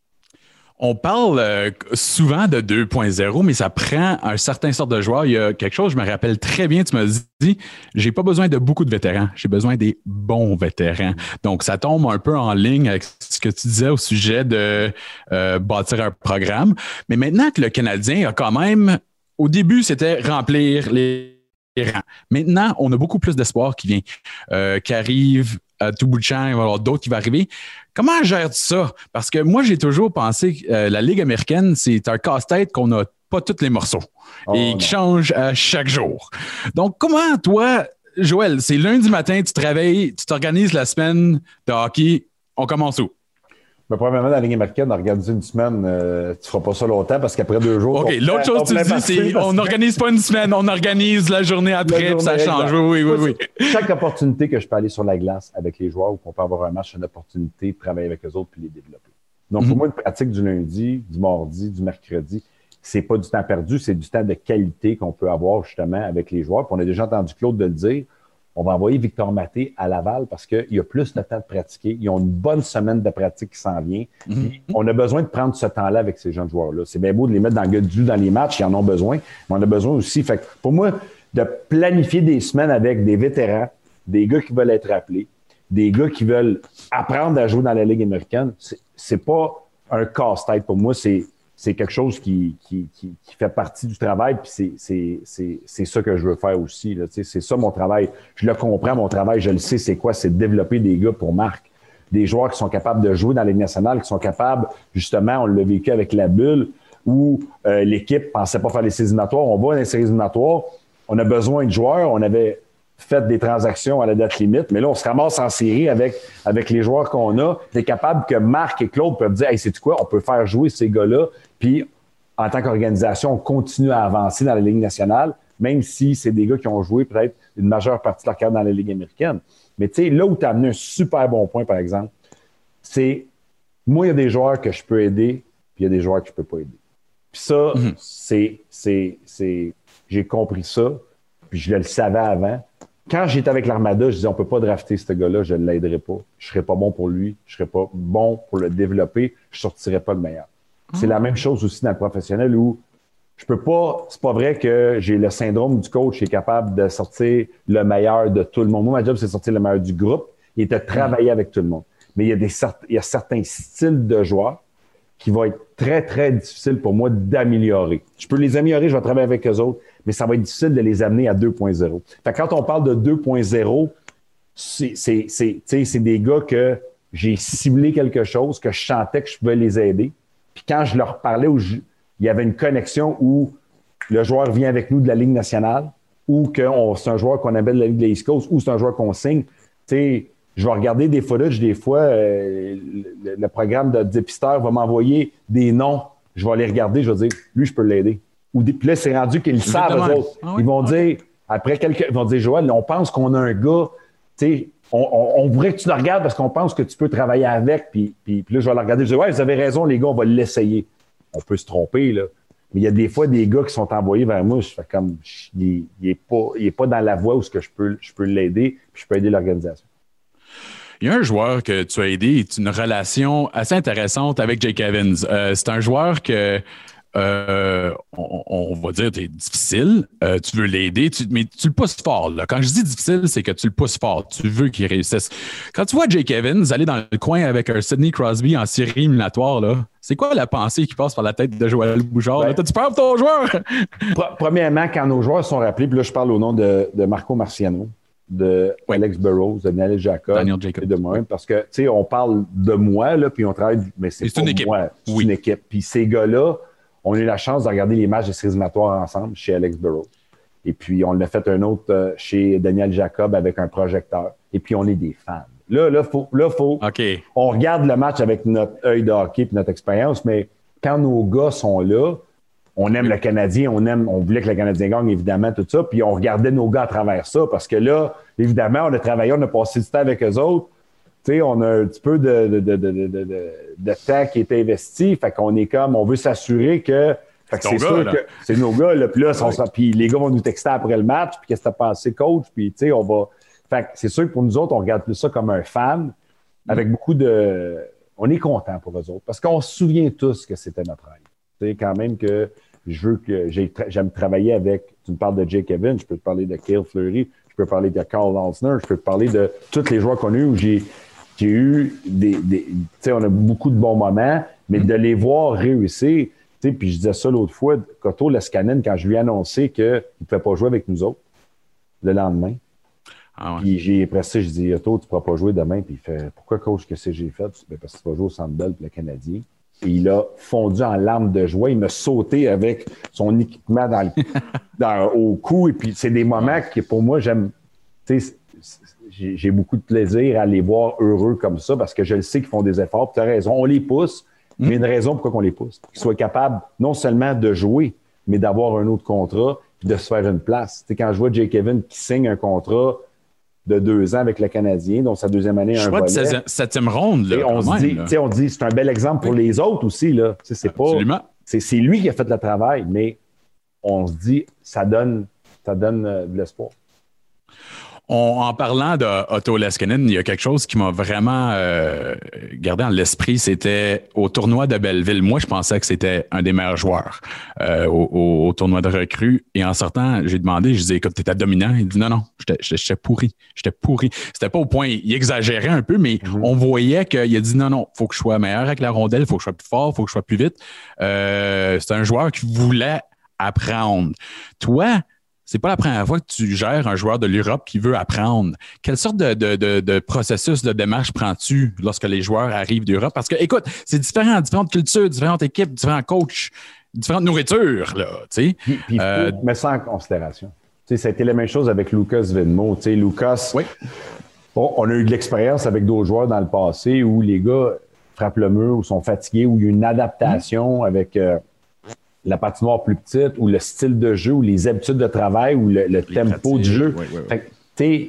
On parle euh, souvent de deux point zéro, mais ça prend un certain sort de joueur. Il y a quelque chose, je me rappelle très bien, tu m'as dit, j'ai pas besoin de beaucoup de vétérans, j'ai besoin des bons vétérans. Donc, ça tombe un peu en ligne avec ce que tu disais au sujet de euh, bâtir un programme. Mais maintenant que le Canadien a quand même, au début, c'était remplir les rangs. Maintenant, on a beaucoup plus d'espoir qui vient, euh, qui arrive à tout bout de champ, il va y avoir d'autres qui vont arriver. Comment gères-tu ça? Parce que moi, j'ai toujours pensé que euh, la Ligue américaine, c'est un casse-tête qu'on n'a pas tous les morceaux oh, et qui non. change à chaque jour. Donc, comment, toi, Joël, c'est lundi matin, tu te réveilles, tu t'organises la semaine de hockey, on commence où? Mais premièrement, dans la Ligue américaine, organiser une semaine, euh, tu ne feras pas ça longtemps parce qu'après deux jours... OK, l'autre chose que tu dis, c'est on n'organise pas une semaine, on organise la journée après, puis ça change. Oui, oui, oui, oui. Chaque opportunité que je peux aller sur la glace avec les joueurs ou qu'on peut avoir un match, c'est une opportunité de travailler avec eux autres puis les développer. Donc, mm-hmm. pour moi, une pratique du lundi, du mardi, du mercredi, c'est pas du temps perdu, c'est du temps de qualité qu'on peut avoir justement avec les joueurs. Puis on a déjà entendu Claude de le dire. On va envoyer Victor Maté à Laval parce qu'il y a plus de temps de pratiquer. Ils ont une bonne semaine de pratique qui s'en vient. Mm-hmm. On a besoin de prendre ce temps-là avec ces jeunes joueurs-là. C'est bien beau de les mettre dans le gueule du dans les matchs, ils en ont besoin, mais on a besoin aussi. Fait que pour moi, de planifier des semaines avec des vétérans, des gars qui veulent être appelés, des gars qui veulent apprendre à jouer dans la Ligue américaine, c'est, c'est pas un casse-tête pour moi, c'est c'est quelque chose qui, qui, qui, qui fait partie du travail, puis c'est, c'est, c'est, c'est ça que je veux faire aussi. Là, c'est ça mon travail. Je le comprends, mon travail, je le sais, c'est quoi? C'est de développer des gars pour Marc. Des joueurs qui sont capables de jouer dans la Ligue nationale, qui sont capables, justement, on l'a vécu avec la bulle, où euh, l'équipe ne pensait pas faire les séries éliminatoires. On va dans les séries éliminatoires, on a besoin de joueurs, on avait fait des transactions à la date limite, mais là, on se ramasse en série avec, avec les joueurs qu'on a. C'est capable que Marc et Claude peuvent dire « Hey, sais-tu quoi? On peut faire jouer ces gars-là. » Puis, en tant qu'organisation, on continue à avancer dans la Ligue nationale, même si c'est des gars qui ont joué peut-être une majeure partie de leur carrière dans la Ligue américaine. Mais tu sais, là où tu as amené un super bon point, par exemple, c'est moi, il y a des joueurs que je peux aider, puis il y a des joueurs que je peux pas aider. Puis ça, mm-hmm. c'est, c'est, c'est, j'ai compris ça, puis je le savais avant. Quand j'étais avec l'Armada, je disais, on peut pas drafter ce gars-là, je ne l'aiderai pas. Je serais pas bon pour lui, je serais pas bon pour le développer, je sortirais pas le meilleur. Mm-hmm. C'est la même chose aussi dans le professionnel où je peux pas, c'est pas vrai que j'ai le syndrome du coach qui est capable de sortir le meilleur de tout le monde. Moi, ma job, c'est de sortir le meilleur du groupe et de travailler mm-hmm. avec tout le monde. Mais il y a des il y a certains styles de joueurs qui vont être très, très difficiles pour moi d'améliorer. Je peux les améliorer, je vais travailler avec eux autres, mais ça va être difficile de les amener à deux point zéro. Fait que quand on parle de deux point zéro, c'est, c'est, c'est, c'est des gars que j'ai ciblé quelque chose, que je sentais que je pouvais les aider. Puis quand je leur parlais, où je, il y avait une connexion où le joueur vient avec nous de la Ligue nationale, ou que on, c'est un joueur qu'on appelle de la Ligue de l'East Coast, ou c'est un joueur qu'on signe, tu sais, je vais regarder des footages, des fois, euh, le, le programme de dépisteur va m'envoyer des noms. Je vais les regarder, je vais dire, lui, je peux l'aider. Ou des, puis là, c'est rendu qu'ils le savent, eux autres. Ah oui? Ils vont okay. dire, après quelques, ils vont dire, Joël, on pense qu'on a un gars, tu sais, on, on, on voudrait que tu le regardes parce qu'on pense que tu peux travailler avec. Puis, puis, puis là, je vais le regarder, je vais dire, ouais, vous avez raison, les gars, on va l'essayer. On peut se tromper, là. Mais il y a des fois des gars qui sont envoyés vers moi, je fais comme, il n'est pas, il est pas dans la voie où ce que je peux, je peux l'aider, puis je peux aider l'organisation. Il y a un joueur que tu as aidé, une relation assez intéressante avec Jake Evans. Euh, c'est un joueur que, euh, on, on va dire, tu es difficile, euh, tu veux l'aider, tu, mais tu le pousses fort. Là. Quand je dis difficile, c'est que tu le pousses fort, tu veux qu'il réussisse. Quand tu vois Jake Evans aller dans le coin avec un Sidney Crosby en série éliminatoire, là, c'est quoi la pensée qui passe par la tête de Joël Bouchard? Ouais. T'as-tu peur pour ton joueur? Premièrement, quand nos joueurs sont rappelés, puis là, je parle au nom de, de Marco Marciano, de oui. Alex Burrows, de Daniel Jacob, Daniel Jacob. et de moi. Parce que, tu sais, on parle de moi, là, puis on travaille, mais c'est, c'est pas une équipe. moi, c'est oui. une équipe. Puis ces gars-là, on a eu la chance de regarder les matchs des séries éliminatoires ensemble chez Alex Burrows. Et puis, on l'a fait un autre euh, chez Daniel Jacob avec un projecteur. Et puis, on est des fans. Là, là, faut, là, faut. Okay. On regarde le match avec notre œil de hockey et notre expérience, mais quand nos gars sont là, on aime le Canadien, on aime, on voulait que le Canadien gagne, évidemment, tout ça, puis on regardait nos gars à travers ça, parce que là, évidemment, on a travaillé, on a passé du temps avec eux autres. Tu sais, on a un petit peu de, de, de, de, de, de, de temps qui est investi, fait qu'on est comme, on veut s'assurer que, fait que c'est, c'est sûr gars, que c'est nos gars, là, puis là, on sera, puis les gars vont nous texter après le match, puis qu'est-ce que t'as pensé, coach, puis tu sais, on va, fait que c'est sûr que pour nous autres, on regarde plus ça comme un fan, avec mm. beaucoup de, on est content pour eux autres, parce qu'on se souvient tous que c'était notre rêve. Tu sais, quand même que je veux que j'ai, j'aime travailler avec, tu me parles de Jake Evans, je peux te parler de Cale Fleury, je peux parler de Carl Lansner, je peux te parler de tous les joueurs qu'on a eu où j'ai, j'ai eu des, des tu sais, on a beaucoup de bons moments, mais mm. de les voir réussir, tu sais, puis je disais ça l'autre fois, Cotto Leskanen, quand je lui ai annoncé qu'il ne pouvait pas jouer avec nous autres le lendemain. Ah ouais. Puis j'ai après ça, je dis, Otto, tu ne pourras pas jouer demain. Puis il fait, pourquoi, coach, qu'est-ce que j'ai fait? Ben, parce que tu vas jouer au Centre Bell pour le Canadien. Et il a fondu en larmes de joie. Il m'a sauté avec son équipement dans le, dans, au cou. Et puis, c'est des moments que, pour moi, j'aime. Tu sais, j'ai, j'ai beaucoup de plaisir à les voir heureux comme ça parce que je le sais qu'ils font des efforts. Tu as raison, on les pousse. Mais il y a une raison pourquoi on les pousse. Pour qu'ils soient capables non seulement de jouer, mais d'avoir un autre contrat puis de se faire une place. Tu sais, quand je vois Jake Evans qui signe un contrat de deux ans avec le Canadien, donc sa deuxième année, un volet. Je crois de septième ronde, là, on, se dit, on dit, c'est un bel exemple pour oui. les autres aussi, là. C'est pas, c'est, c'est lui qui a fait le travail, mais on se dit, ça donne, ça donne euh, de l'espoir. On, en parlant de Otto Leskinen, il y a quelque chose qui m'a vraiment euh, gardé dans l'esprit, c'était au tournoi de Belleville. Moi, je pensais que c'était un des meilleurs joueurs euh, au, au, au tournoi de recrues. Et en sortant, j'ai demandé, je disais, écoute, t'étais dominant. Il dit, non, non, j'étais, j'étais, j'étais pourri. J'étais pourri. C'était pas au point, il exagérait un peu, mais mm-hmm. on voyait qu'il a dit, non, non, faut que je sois meilleur avec la rondelle, faut que je sois plus fort, faut que je sois plus vite. Euh, c'est un joueur qui voulait apprendre. Toi, c'est pas la première fois que tu gères un joueur de l'Europe qui veut apprendre. Quelle sorte de, de, de, de processus, de démarche prends-tu lorsque les joueurs arrivent d'Europe? Parce que, écoute, c'est différent, différentes cultures, différentes équipes, différents coachs, différentes nourritures, là, tu sais. Puis, puis euh, il faut mettre ça en considération. Tu sais, ça a été la même chose avec Lucas Venmo. Tu sais, Lucas, oui. bon, on a eu de l'expérience avec d'autres joueurs dans le passé où les gars frappent le mur ou sont fatigués, où il y a une adaptation mmh. avec... Euh, la patinoire plus petite ou le style de jeu ou les habitudes de travail ou le, le tempo pratique, du jeu. Oui, oui, oui. Fait que,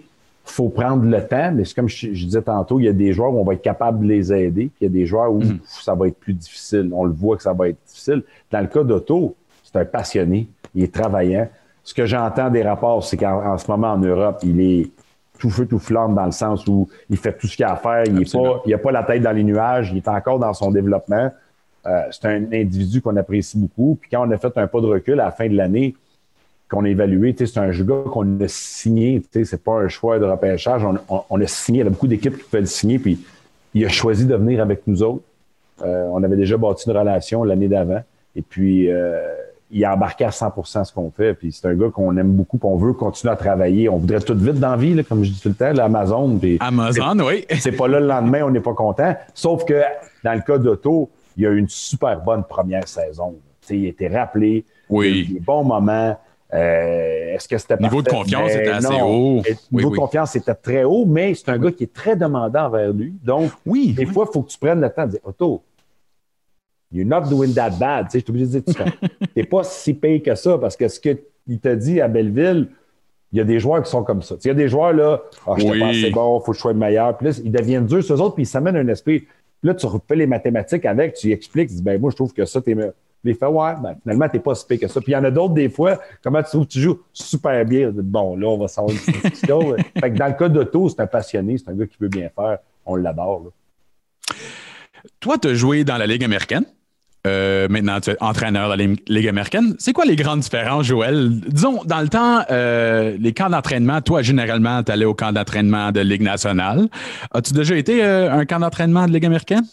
faut prendre le temps, mais c'est comme je, je disais tantôt, il y a des joueurs où on va être capable de les aider, puis il y a des joueurs où mm. ça va être plus difficile. On le voit que ça va être difficile. Dans le cas d'Otto, c'est un passionné, il est travaillant. Ce que j'entends des rapports, c'est qu'en en ce moment en Europe, il est tout feu, tout flamme dans le sens où il fait tout ce qu'il a à faire. Il n'a pas la tête dans les nuages, il est encore dans son développement. Euh, c'est un individu qu'on apprécie beaucoup. Puis quand on a fait un pas de recul à la fin de l'année, qu'on a évalué, c'est un gars qu'on a signé, c'est pas un choix de repêchage, on, on, on a signé, il y avait beaucoup d'équipes qui pouvaient le signer, puis il a choisi de venir avec nous autres. Euh, on avait déjà bâti une relation l'année d'avant, et puis euh, il a embarqué à cent pour cent ce qu'on fait, puis c'est un gars qu'on aime beaucoup, puis on veut continuer à travailler. On voudrait tout vite dans la vie, là, comme je dis tout le temps, l'Amazon. Amazon, oui. C'est pas là le lendemain, on n'est pas content. Sauf que dans le cas d'Otto, il a eu une super bonne première saison. T'sais, il a été rappelé, oui. il a eu des bons moments. Euh, est-ce que c'était parfait? Niveau de confiance mais était assez non. haut. Et, oui, niveau oui. de confiance était très haut, mais c'est un gars qui est très demandant envers lui. Donc, oui, des oui. fois, il faut que tu prennes le temps de dire, Otto, you're not doing that bad. Tu sais, je suis obligé de dire, tu n'es pas si payé que ça, parce que ce qu'il t'a dit à Belleville, il y a des joueurs qui sont comme ça. Il y a des joueurs là, ah, je oui. te pense c'est bon, il faut que je sois le meilleur. Puis là, ils deviennent durs, ceux autres, puis ils s'amènent un esprit. Là, tu refais les mathématiques avec, tu y expliques, tu dis, ben moi, je trouve que ça, t'es mieux. Les fait, ouais, ben, finalement, t'es pas si pire que ça. Puis il y en a d'autres, des fois, comment tu trouves que tu joues super bien? Bon, là, on va savoir une discussion. Fait que dans le cas d'Otto, c'est un passionné, c'est un gars qui veut bien faire. On l'adore. Là. Toi, tu as joué dans la Ligue américaine. Euh, maintenant, tu es entraîneur dans la Ligue américaine. C'est quoi les grandes différences, Joël? Disons, dans le temps, euh, les camps d'entraînement, toi, généralement, tu allais au camp d'entraînement de Ligue nationale. As-tu déjà été euh, un camp d'entraînement de Ligue américaine?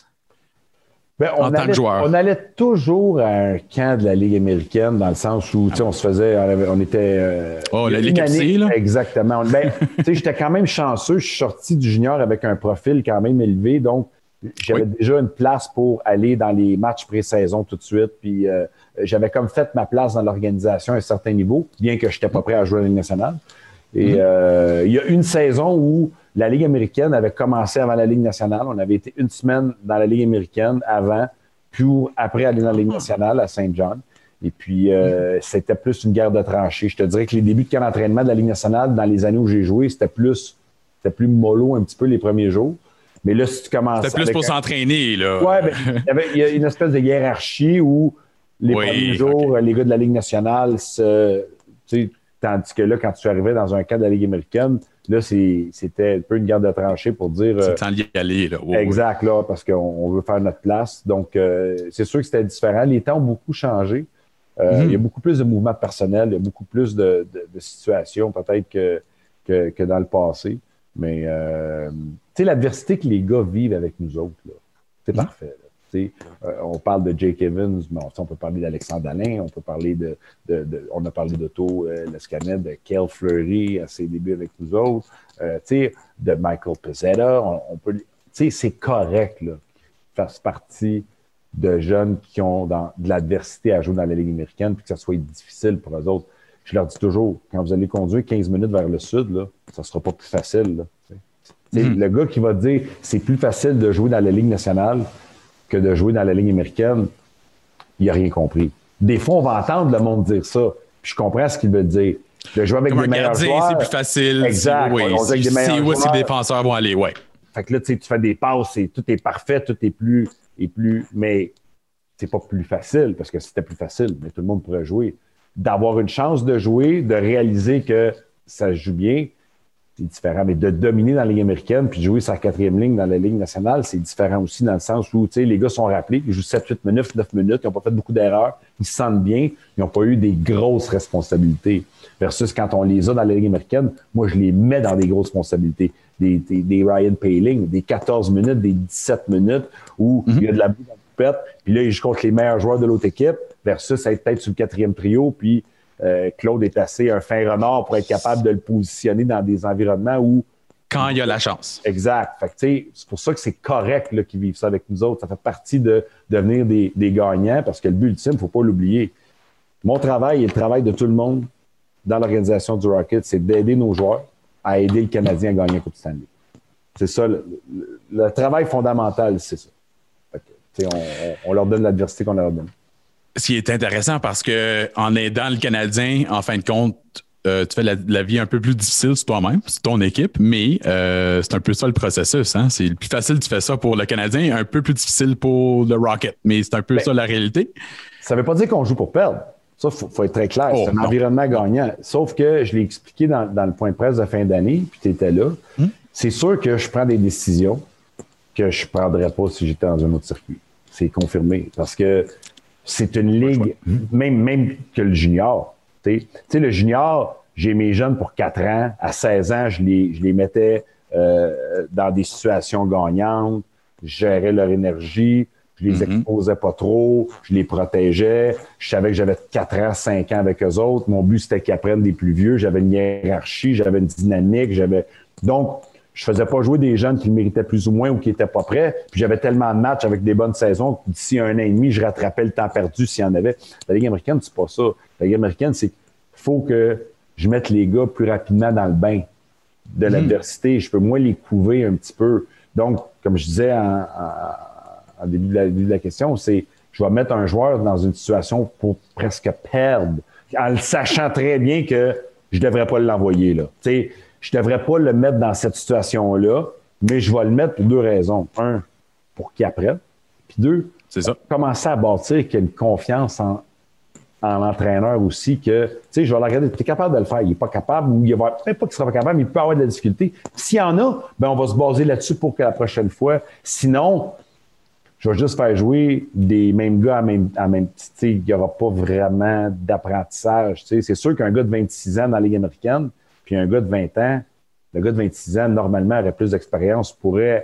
Ben, on, en tant allait, que joueur. On allait toujours à un camp de la Ligue américaine dans le sens où, tu sais, on se faisait, on, avait, on était... Euh, oh, la Ligue F C, là? Exactement. Ben, tu sais, j'étais quand même chanceux. Je suis sorti du junior avec un profil quand même élevé, donc j'avais oui. déjà une place pour aller dans les matchs pré-saison tout de suite, puis euh, j'avais comme fait ma place dans l'organisation à un certain niveau, bien que je n'étais pas prêt à jouer à la Ligue nationale. Et mm-hmm. euh, il y a une saison où la Ligue américaine avait commencé avant la Ligue nationale. On avait été une semaine dans la Ligue américaine avant, puis après aller dans la Ligue nationale à Saint John. Et puis, euh, mm-hmm. c'était plus une guerre de tranchées. Je te dirais que les débuts de camp d'entraînement de la Ligue nationale, dans les années où j'ai joué, c'était plus, c'était plus mollo un petit peu les premiers jours. Mais là, si tu commences. C'était plus pour un... s'entraîner, là. Oui, ben, il y avait il y a une espèce de hiérarchie où les oui, premiers jours, okay. les gars de la Ligue nationale, se, tu sais, tandis que là, quand tu arrivais dans un camp de la Ligue américaine, là, c'est, c'était un peu une garde de tranchée pour dire. C'est le temps d'y aller, là. Oh, exact, oui. là, parce qu'on on veut faire notre place. Donc, euh, c'est sûr que c'était différent. Les temps ont beaucoup changé. Euh, mm-hmm. Il y a beaucoup plus de mouvements personnels, il y a beaucoup plus de, de, de situations, peut-être, que, que, que dans le passé. Mais, euh, tu sais, l'adversité que les gars vivent avec nous autres, là, c'est mmh. parfait. Là. Euh, on parle de Jake Evans, mais on, on peut parler d'Alexandre Alain, on peut parler de, de, de on a parlé d'Otto euh, Lescanet, de Cale Fleury à ses débuts avec nous autres, euh, tu sais, de Michael Pezzetta. On, on peut, tu sais, c'est correct, là, faire partie de jeunes qui ont dans, de l'adversité à jouer dans la Ligue américaine, puis que ça soit difficile pour eux autres. Je leur dis toujours, quand vous allez conduire quinze minutes vers le sud, là, ça ne sera pas plus facile. Là, mm-hmm. Le gars qui va dire c'est plus facile de jouer dans la Ligue nationale que de jouer dans la Ligue américaine, il n'a rien compris. Des fois, on va entendre le monde dire ça. Puis je comprends ce qu'il veut dire. De jouer avec Comme des un meilleurs gardien, joueurs. c'est plus facile. Exact. Oui, on c'est, des meilleurs c'est où joueurs. les défenseurs vont aller, ouais. Fait que là, tu fais des passes, et tout est parfait, tout est plus, est plus... Mais c'est pas plus facile, parce que si c'était plus facile, mais tout le monde pourrait jouer. D'avoir une chance de jouer, de réaliser que ça se joue bien, c'est différent. Mais de dominer dans la Ligue américaine puis de jouer sa quatrième ligne dans la Ligue nationale, c'est différent aussi dans le sens où, tu sais, les gars sont rappelés, ils jouent sept, huit minutes, neuf minutes, ils n'ont pas fait beaucoup d'erreurs, ils se sentent bien, ils n'ont pas eu des grosses responsabilités. Versus quand on les a dans la Ligue américaine, moi, je les mets dans des grosses responsabilités. Des, des, des Ryan Poehling, des quatorze minutes, des dix-sept minutes où mm-hmm. il y a de la boue dans le poupette, puis là, ils jouent contre les meilleurs joueurs de l'autre équipe, versus être peut-être sur le quatrième trio, puis euh, Claude est assez un fin renard pour être capable de le positionner dans des environnements où... Quand il y a la chance. Exact. Fait que, tu sais, c'est pour ça que c'est correct là, qu'ils vivent ça avec nous autres. Ça fait partie de devenir des, des gagnants, parce que le but ultime, il ne faut pas l'oublier. Mon travail et le travail de tout le monde dans l'organisation du Rocket, c'est d'aider nos joueurs à aider le Canadien à gagner la Coupe Stanley. C'est ça, le, le, le travail fondamental, c'est ça. Fait que, on, on, on leur donne l'adversité qu'on leur donne. Ce qui est intéressant parce que en aidant le Canadien, en fin de compte, euh, tu fais la, la vie un peu plus difficile sur toi-même, sur ton équipe, mais euh, c'est un peu ça le processus. Hein? C'est le plus facile, tu fais ça pour le Canadien, un peu plus difficile pour le Rocket, mais c'est un peu ben, ça la réalité. Ça ne veut pas dire qu'on joue pour perdre. Ça, il faut, faut être très clair. Oh, c'est un non. environnement gagnant. Sauf que je l'ai expliqué dans, dans le point de presse de fin d'année, puis tu étais là. Hmm? C'est sûr que je prends des décisions que je ne prendrais pas si j'étais dans un autre circuit. C'est confirmé. Parce que c'est une ligue, même, même que le junior. Tu sais, le junior, j'ai mes jeunes pour quatre ans. À seize ans, je les, je les mettais euh, dans des situations gagnantes. Je gérais leur énergie. Je les mm-hmm. exposais pas trop. Je les protégeais. Je savais que j'avais quatre ans, cinq ans avec eux autres. Mon but, c'était qu'ils apprennent des plus vieux. J'avais une hiérarchie, j'avais une dynamique. J'avais donc, je faisais pas jouer des jeunes qui le méritaient plus ou moins ou qui étaient pas prêts. Puis j'avais tellement de matchs avec des bonnes saisons que d'ici un an et demi, je rattrapais le temps perdu s'il y en avait. La Ligue américaine, c'est pas ça. La Ligue américaine, c'est qu'il faut que je mette les gars plus rapidement dans le bain de mmh. l'adversité. Je peux moins les couver un petit peu. Donc, comme je disais en, en, en début, de la, début de la question, c'est je vais mettre un joueur dans une situation pour presque perdre, en le sachant très bien que je devrais pas l'envoyer là. Tu sais, je ne devrais pas le mettre dans cette situation-là, mais je vais le mettre pour deux raisons. Un, pour qu'il apprenne. Puis deux, c'est ça. Commencer à bâtir qu'il y ait une confiance en, en l'entraîneur aussi que, tu sais, je vais le regarder, tu es capable de le faire. Il n'est pas capable ou il va, peut-être pas qu'il ne sera pas capable, mais il peut avoir de la difficulté. S'il y en a, ben on va se baser là-dessus pour que la prochaine fois. Sinon, je vais juste faire jouer des mêmes gars à même, à même tu sais, il n'y aura pas vraiment d'apprentissage. Tu sais. C'est sûr qu'un gars de vingt-six ans dans la Ligue américaine, puis un gars de vingt ans, le gars de vingt-six ans, normalement, aurait plus d'expérience, pourrait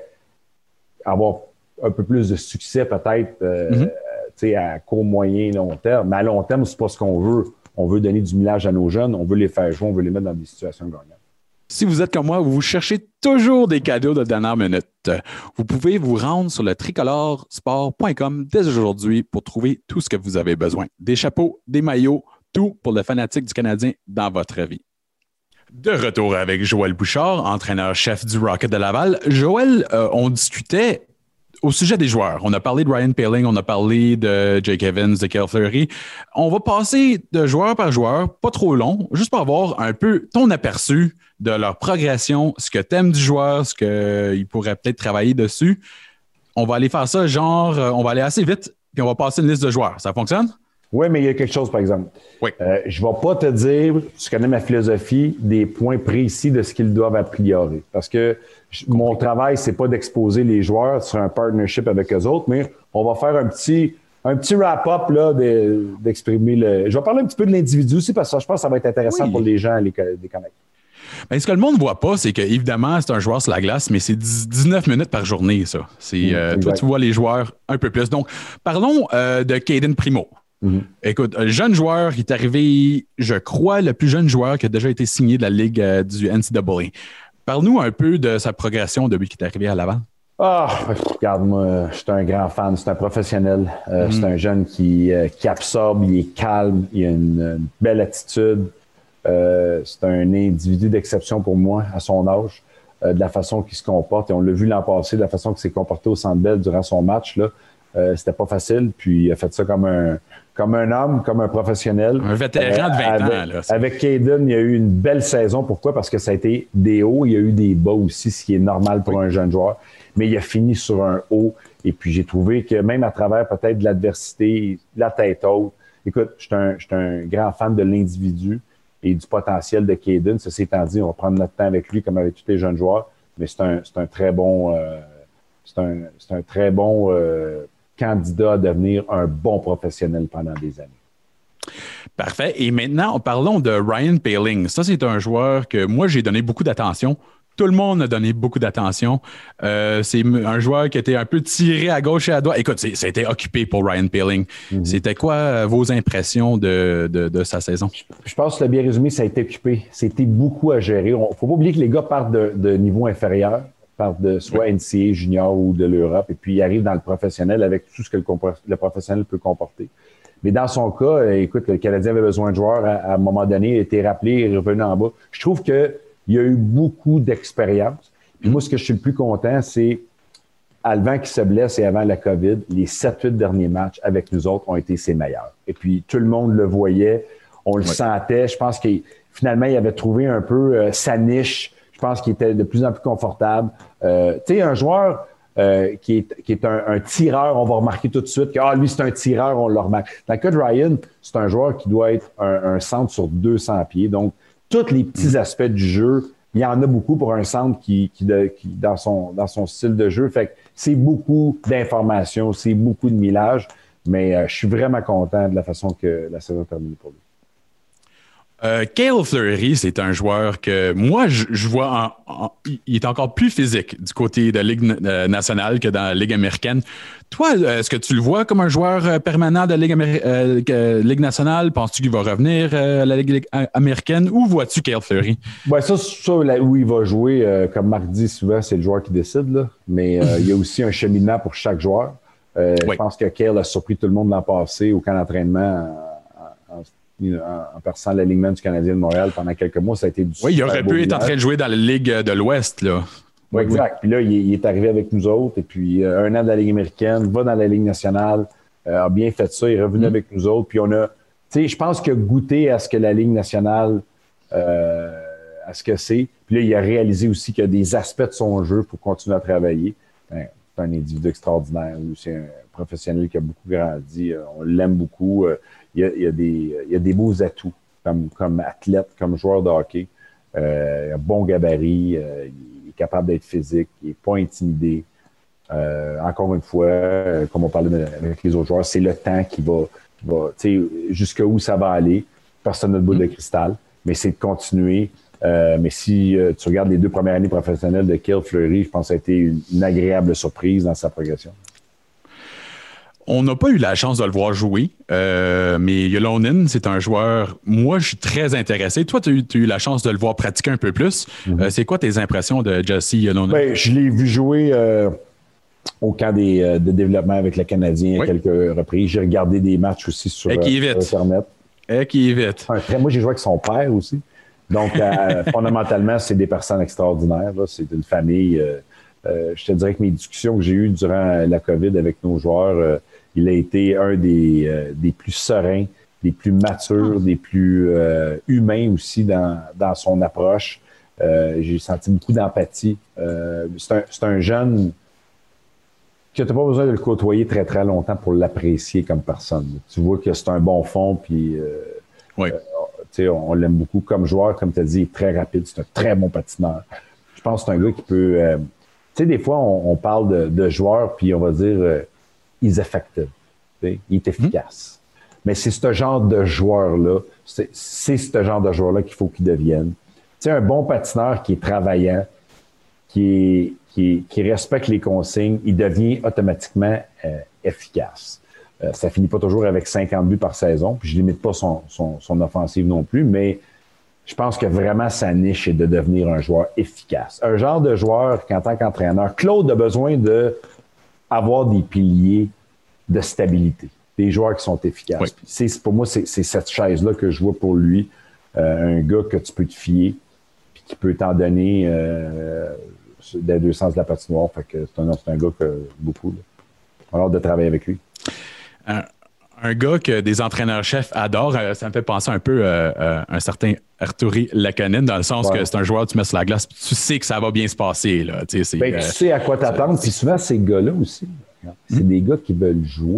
avoir un peu plus de succès peut-être euh, mm-hmm. tu sais, à court, moyen, long terme. Mais à long terme, c'est pas ce qu'on veut. On veut donner du millage à nos jeunes, on veut les faire jouer, on veut les mettre dans des situations gagnantes. Si vous êtes comme moi, vous cherchez toujours des cadeaux de dernière minute, vous pouvez vous rendre sur le tricolore sport point com dès aujourd'hui pour trouver tout ce que vous avez besoin. Des chapeaux, des maillots, tout pour le fanatique du Canadien dans votre vie. De retour avec Joël Bouchard, entraîneur-chef du Rocket de Laval. Joël, euh, on discutait au sujet des joueurs. On a parlé de Ryan Poehling, on a parlé de Jake Evans, de Kyle Fleury. On va passer de joueur par joueur, pas trop long, juste pour avoir un peu ton aperçu de leur progression, ce que tu aimes du joueur, ce qu'il pourrait peut-être travailler dessus. On va aller faire ça, genre, on va aller assez vite, puis on va passer une liste de joueurs. Ça fonctionne? Oui, mais il y a quelque chose, par exemple. Oui. Euh, je ne vais pas te dire, tu connais ma philosophie, des points précis de ce qu'ils doivent améliorer. Parce que je, mon travail, c'est pas d'exposer les joueurs sur un partnership avec eux autres, mais on va faire un petit, un petit wrap-up là, de, d'exprimer le. Je vais parler un petit peu de l'individu aussi, parce que je pense que ça va être intéressant oui. pour les gens, les, les connaître. Ben, ce que le monde ne voit pas, c'est qu'évidemment, c'est un joueur sur la glace, mais c'est dix-neuf minutes par journée, ça. C'est, mmh, euh, toi, tu vois les joueurs un peu plus. Donc, parlons euh, de Cayden Primo. Mm-hmm. Écoute, un jeune joueur qui est arrivé, je crois, le plus jeune joueur qui a déjà été signé de la Ligue euh, du N C double A. Parle-nous un peu de sa progression depuis qu'il est arrivé à Laval. Ah, oh, regarde, moi, je suis un grand fan. C'est un professionnel. Euh, mm-hmm. C'est un jeune qui, euh, qui absorbe, il est calme, il a une, une belle attitude. Euh, c'est un individu d'exception pour moi à son âge, euh, de la façon qu'il se comporte. Et on l'a vu l'an passé, de la façon qu'il s'est comporté au Centre Bell durant son match, là. Euh, c'était pas facile, puis il a fait ça comme un comme un homme, comme un professionnel. Un vétéran euh, de vingt avec, ans. Là, avec Cayden, il y a eu une belle saison. Pourquoi? Parce que ça a été des hauts, il y a eu des bas aussi, ce qui est normal pour oui. un jeune joueur. Mais il a fini sur un haut. Et puis j'ai trouvé que même à travers peut-être de l'adversité, la tête haute, écoute, je suis un, un grand fan de l'individu et du potentiel de Cayden. Ceci étant dit, on va prendre notre temps avec lui comme avec tous les jeunes joueurs, mais c'est un, c'est un très bon, euh, c'est un, c'est un très bon euh, candidat à devenir un bon professionnel pendant des années. Parfait. Et maintenant, parlons de Ryan Poehling. Ça, c'est un joueur que moi, j'ai donné beaucoup d'attention. Tout le monde a donné beaucoup d'attention. Euh, c'est un joueur qui était un peu tiré à gauche et à droite. Écoute, c'est, c'était occupé pour Ryan Poehling. Mm-hmm. C'était quoi vos impressions de, de, de sa saison? Je pense que le bien résumé, ça a été occupé. C'était beaucoup à gérer. Il ne faut pas oublier que les gars partent de, de niveau inférieur, partent de soit N C A A junior ou de l'Europe, et puis ils arrivent dans le professionnel avec tout ce que le, le professionnel peut comporter. Mais dans son cas, écoute, le Canadien avait besoin de joueurs à, à un moment donné, il a été rappelé, il est revenu en bas. Je trouve que il y a eu beaucoup d'expérience. Puis moi, ce que je suis le plus content, c'est avant qu'il se blesse et avant la COVID, les sept huit derniers matchs avec nous autres ont été ses meilleurs. Et puis, tout le monde le voyait. On le ouais. sentait. Je pense qu'il finalement, il avait trouvé un peu euh, sa niche. Je pense qu'il était de plus en plus confortable. Euh, tu sais, un joueur euh, qui est, qui est un, un tireur, on va remarquer tout de suite que ah, lui, c'est un tireur, on le remarque. Dans le cas de Ryan, c'est un joueur qui doit être un, un centre sur deux cents pieds. Donc, tous les petits mmh. aspects du jeu, il y en a beaucoup pour un centre qui, qui, de, qui dans, son, dans son style de jeu. Fait que c'est beaucoup d'informations, c'est beaucoup de millage, mais euh, je suis vraiment content de la façon que la saison est terminée pour lui. Euh, Cale Fleury, c'est un joueur que moi, je, je vois, en, en, il est encore plus physique du côté de la Ligue nationale que dans la Ligue américaine. Toi, est-ce que tu le vois comme un joueur permanent de la Ligue, Améri- euh, Ligue nationale? Penses-tu qu'il va revenir euh, à la Ligue américaine? Où vois-tu Cale Fleury? Ben ça, ça là où il va jouer, euh, comme Marc dit souvent, c'est le joueur qui décide. Là. Mais euh, il y a aussi un cheminement pour chaque joueur. Euh, oui. Je pense que Cale a surpris tout le monde l'an passé au camp d'entraînement en, en, en, en perçant l'alignement du Canadien de Montréal pendant quelques mois. Ça a été du Oui, il aurait pu être en train de jouer dans la Ligue de l'Ouest. Là. Oui, exact. Puis là, il est, il est arrivé avec nous autres. Et puis, euh, un an de la Ligue américaine, va dans la Ligue nationale, euh, a bien fait ça, il est revenu mmh. avec nous autres. Puis on a, tu sais, je pense qu'il a goûté à ce que la Ligue nationale, euh, à ce que c'est. Puis là, il a réalisé aussi qu'il y a des aspects de son jeu pour continuer à travailler. Ben, c'est un individu extraordinaire. C'est un professionnel qui a beaucoup grandi. On l'aime beaucoup. Il y a, il y a, des, il y a des beaux atouts comme, comme athlète, comme joueur de hockey. Euh, il a un bon gabarit. Euh, il est capable d'être physique. Il n'est pas intimidé. Euh, encore une fois, euh, comme on parlait de, avec les autres joueurs, c'est le temps qui va, qui va tu sais, jusqu'où ça va aller. Personne n'a de boule de cristal. Mais c'est de continuer. Euh, mais si euh, tu regardes les deux premières années professionnelles de Cale Fleury, je pense que ça a été une, une agréable surprise dans sa progression. On n'a pas eu la chance de le voir jouer, euh, mais Yolonen, c'est un joueur, moi, je suis très intéressé. Toi, tu as eu, tu as eu la chance de le voir pratiquer un peu plus. Mm-hmm. Euh, c'est quoi tes impressions de Jesse Yolonen? Ben, je l'ai vu jouer euh, au camp des, euh, de développement avec le Canadien oui. à quelques reprises. J'ai regardé des matchs aussi sur, euh, sur Internet. Et qui est vite. Après, moi, j'ai joué avec son père aussi. Donc, euh, fondamentalement, c'est des personnes extraordinaires. Là. C'est une famille. Euh, euh, je te dirais que mes discussions que j'ai eues durant la COVID avec nos joueurs, euh, il a été un des, euh, des plus sereins, des plus matures, des plus euh, humains aussi dans, dans son approche. Euh, j'ai senti beaucoup d'empathie. Euh, c'est, un, c'est un jeune que tu n'as pas besoin de le côtoyer très, très longtemps pour l'apprécier comme personne. Tu vois que c'est un bon fond, puis... Euh, oui. Euh, on l'aime beaucoup comme joueur, comme tu as dit, il est très rapide, c'est un très bon patineur. Je pense que c'est un gars qui peut... Euh, tu sais, des fois, on, on parle de, de joueurs, puis on va dire euh, « he's effective ». Il est efficace. Mmh. Mais c'est ce genre de joueur-là, c'est, c'est ce genre de joueur-là qu'il faut qu'il devienne. Tu sais, un bon patineur qui est travaillant, qui, est, qui, est, qui respecte les consignes, il devient automatiquement euh, efficace. Euh, ça finit pas toujours avec cinquante buts par saison, puis je limite pas son, son, son offensive non plus, mais je pense que vraiment sa niche est de devenir un joueur efficace. Un genre de joueur qu'en tant qu'entraîneur, Claude a besoin de avoir des piliers de stabilité, des joueurs qui sont efficaces. Oui. C'est, pour moi, c'est, c'est cette chaise-là que je vois pour lui, euh, un gars que tu peux te fier, puis qui peut t'en donner euh, des deux sens de la patinoire. Fait que c'est un, c'est un gars que beaucoup. Là. On a hâte de travailler avec lui. Un, un gars que des entraîneurs-chefs adorent, ça me fait penser un peu à, à un certain Artturi Lehkonen, dans le sens ouais. que c'est un joueur, tu mets sur la glace, tu sais que ça va bien se passer. Là. Tu sais, c'est, ben, euh, tu sais à quoi t'attendre. Puis souvent, ces gars-là aussi, c'est hmm. des gars qui veulent jouer.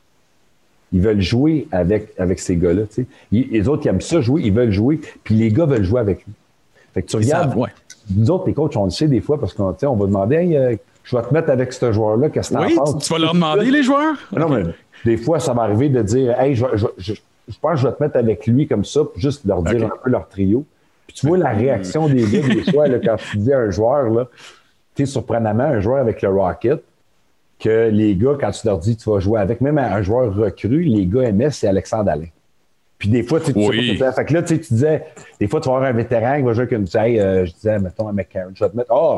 Ils veulent jouer avec, avec ces gars-là. Tu sais. ils, les autres, ils aiment ça jouer, ils veulent jouer, puis les gars veulent jouer avec lui. Fait que tu regardes, ça, ouais. nous autres, les coachs, on le sait des fois, parce qu'on on va demander hey, euh, je vais te mettre avec ce joueur-là, qu'est-ce que t'en oui, penses? Tu, tu vas leur demander, les joueurs? Non, okay. mais des fois, ça va arriver de dire hey, je, je, je, je pense que je vais te mettre avec lui comme ça, pour juste leur dire okay. un peu leur trio. Puis tu vois la réaction des gars, des fois, là, quand tu dis à un joueur, là, tu sais, surprenamment, un joueur avec le Rocket, que les gars, quand tu leur dis tu vas jouer avec, même un joueur recru, les gars aimaient, c'est Alexandre Alain. Puis des fois, tu sais, oui. tu sais, fait que là, tu sais, tu disais, des fois, tu vas avoir un vétéran qui va jouer avec une hey, euh, je disais, mettons, à McCarron, je vais te mettre, oh,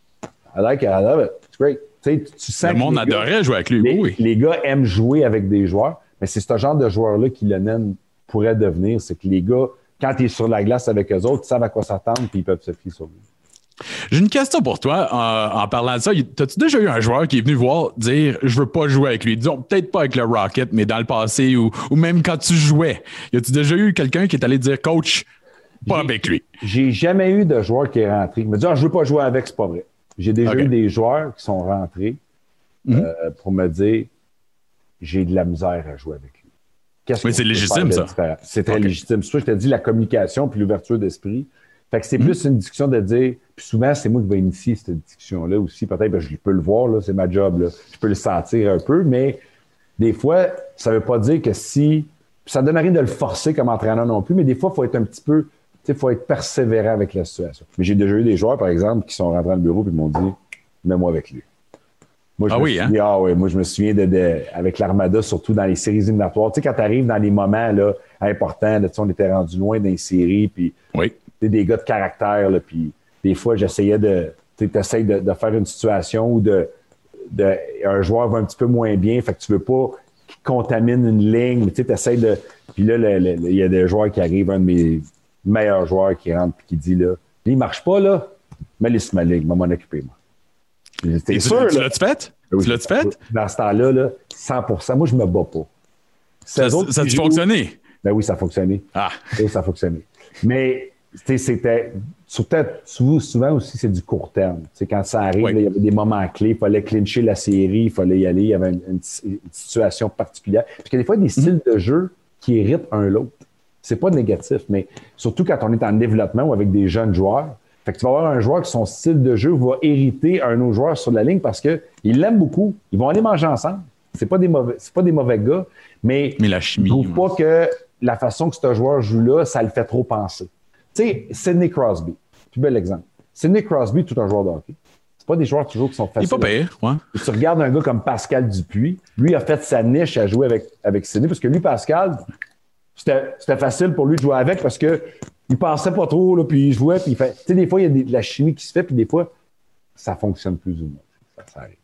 I like it, I love it, it's great. Tu sais, tu sens le monde adorait gars, jouer avec lui. Les, oui. les gars aiment jouer avec des joueurs, mais c'est ce genre de joueur-là qui le Nen pourrait devenir. C'est que les gars, quand il est sur la glace avec eux autres, ils savent à quoi s'attendre puis ils peuvent se fier sur lui. J'ai une question pour toi en, en parlant de ça. T'as-tu déjà eu un joueur qui est venu voir dire « Je veux pas jouer avec lui ». Disons, peut-être pas avec le Rocket, mais dans le passé ou, ou même quand tu jouais. Y a-tu déjà eu quelqu'un qui est allé dire « Coach, pas j'ai, avec lui ». J'ai jamais eu de joueur qui est rentré. Il me dit ah, « Je veux pas jouer avec », c'est pas vrai. J'ai déjà okay. eu des joueurs qui sont rentrés mm-hmm. euh, pour me dire « J'ai de la misère à jouer avec lui ». Qu'est-ce mais c'est légitime, ça. C'est très okay. légitime. C'est pour ça que je te dis la communication puis l'ouverture d'esprit. Fait que c'est mm-hmm. plus une discussion de dire, puis souvent, c'est moi qui vais initier cette discussion-là aussi. Peut-être que je peux le voir, là, c'est ma job, là. Je peux le sentir un peu, mais des fois, ça veut pas dire que si... Ça donne rien de le forcer comme entraîneur non plus, mais des fois, il faut être un petit peu... Tu sais, il faut être persévérant avec la situation. Mais j'ai déjà eu des joueurs, par exemple, qui sont rentrés dans le bureau et m'ont dit « Mets-moi avec lui ». Moi, je ah me oui, souviens, hein? Ah oui, moi, je me souviens de, de, avec l'Armada, surtout dans les séries éliminatoires. Tu sais, quand tu arrives dans les moments là, importants, là, on était rendu loin dans les séries, puis oui. des gars de caractère, là, puis des fois, j'essayais de... Tu essaies de, de faire une situation où de, de, un joueur va un petit peu moins bien, fait que tu veux pas qu'il contamine une ligne, mais tu essaies de... Puis là, il y a des joueurs qui arrivent, un de mes meilleurs joueurs qui rentre et qui dit, là, il marche pas, là, mets-les sur ma ligne, je vais m'en occuper, moi. T'es sûr, tu, tu l'as-tu fait? Oui, tu l'as-tu fait? Dans ce temps-là, là, cent pour cent, moi, je me bats pas. Ça, ça a-tu fonctionné? Ben oui, ça a fonctionné. Ah. Oui, ça a fonctionné. Mais, c'était... Souvent, souvent aussi, c'est du court terme. T'sais, quand ça arrive, oui. là, il y avait des moments clés, il fallait clincher la série, il fallait y aller, il y avait une, une, une situation particulière. Parce que des fois, il y a des styles mm-hmm. de jeu qui héritent un l'autre. C'est pas négatif, mais surtout quand on est en développement ou avec des jeunes joueurs, fait que tu vas avoir un joueur qui son style de jeu va hériter un autre joueur sur la ligne parce qu'ils l'aiment beaucoup. Ils vont aller manger ensemble. C'est pas des mauvais, c'est pas des mauvais gars, mais, mais la chimie, je trouve pas que la façon que ce joueur joue là, ça le fait trop penser. Tu sais, Sidney Crosby, plus bel exemple. Sidney Crosby, tout un joueur de hockey. C'est pas des joueurs toujours qui sont faciles. Il est pas pire, ouais. Tu regardes un gars comme Pascal Dupuis, lui a fait sa niche à jouer avec, avec Sidney, parce que lui, Pascal, c'était, c'était facile pour lui de jouer avec parce que il pensait pas trop, là, puis il jouait, puis il fait... Tu sais, des fois, il y a des, de la chimie qui se fait, puis des fois, ça fonctionne plus ou moins. Ça, ça arrive.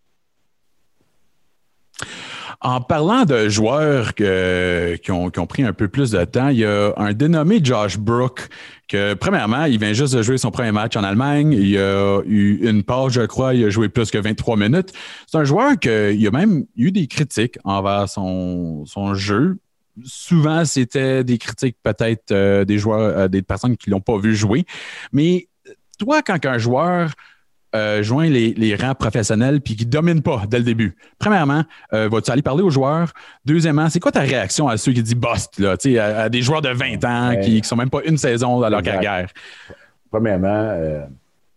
En parlant de joueurs que, qui, ont, qui ont pris un peu plus de temps, il y a un dénommé Josh Brook que, premièrement, il vient juste de jouer son premier match en Allemagne. Il a eu une pause, je crois. Il a joué plus que vingt-trois minutes. C'est un joueur qui a même eu des critiques envers son, son jeu. Souvent, c'était des critiques peut-être euh, des joueurs, euh, des personnes qui ne l'ont pas vu jouer. Mais toi, quand un joueur euh, joint les, les rangs professionnels puis qui ne domine pas dès le début, premièrement, euh, vas-tu aller parler aux joueurs? Deuxièmement, c'est quoi ta réaction à ceux qui disent bust, là, à, à des joueurs de vingt ans ouais. qui ne sont même pas une saison dans leur exact. carrière? Premièrement, euh,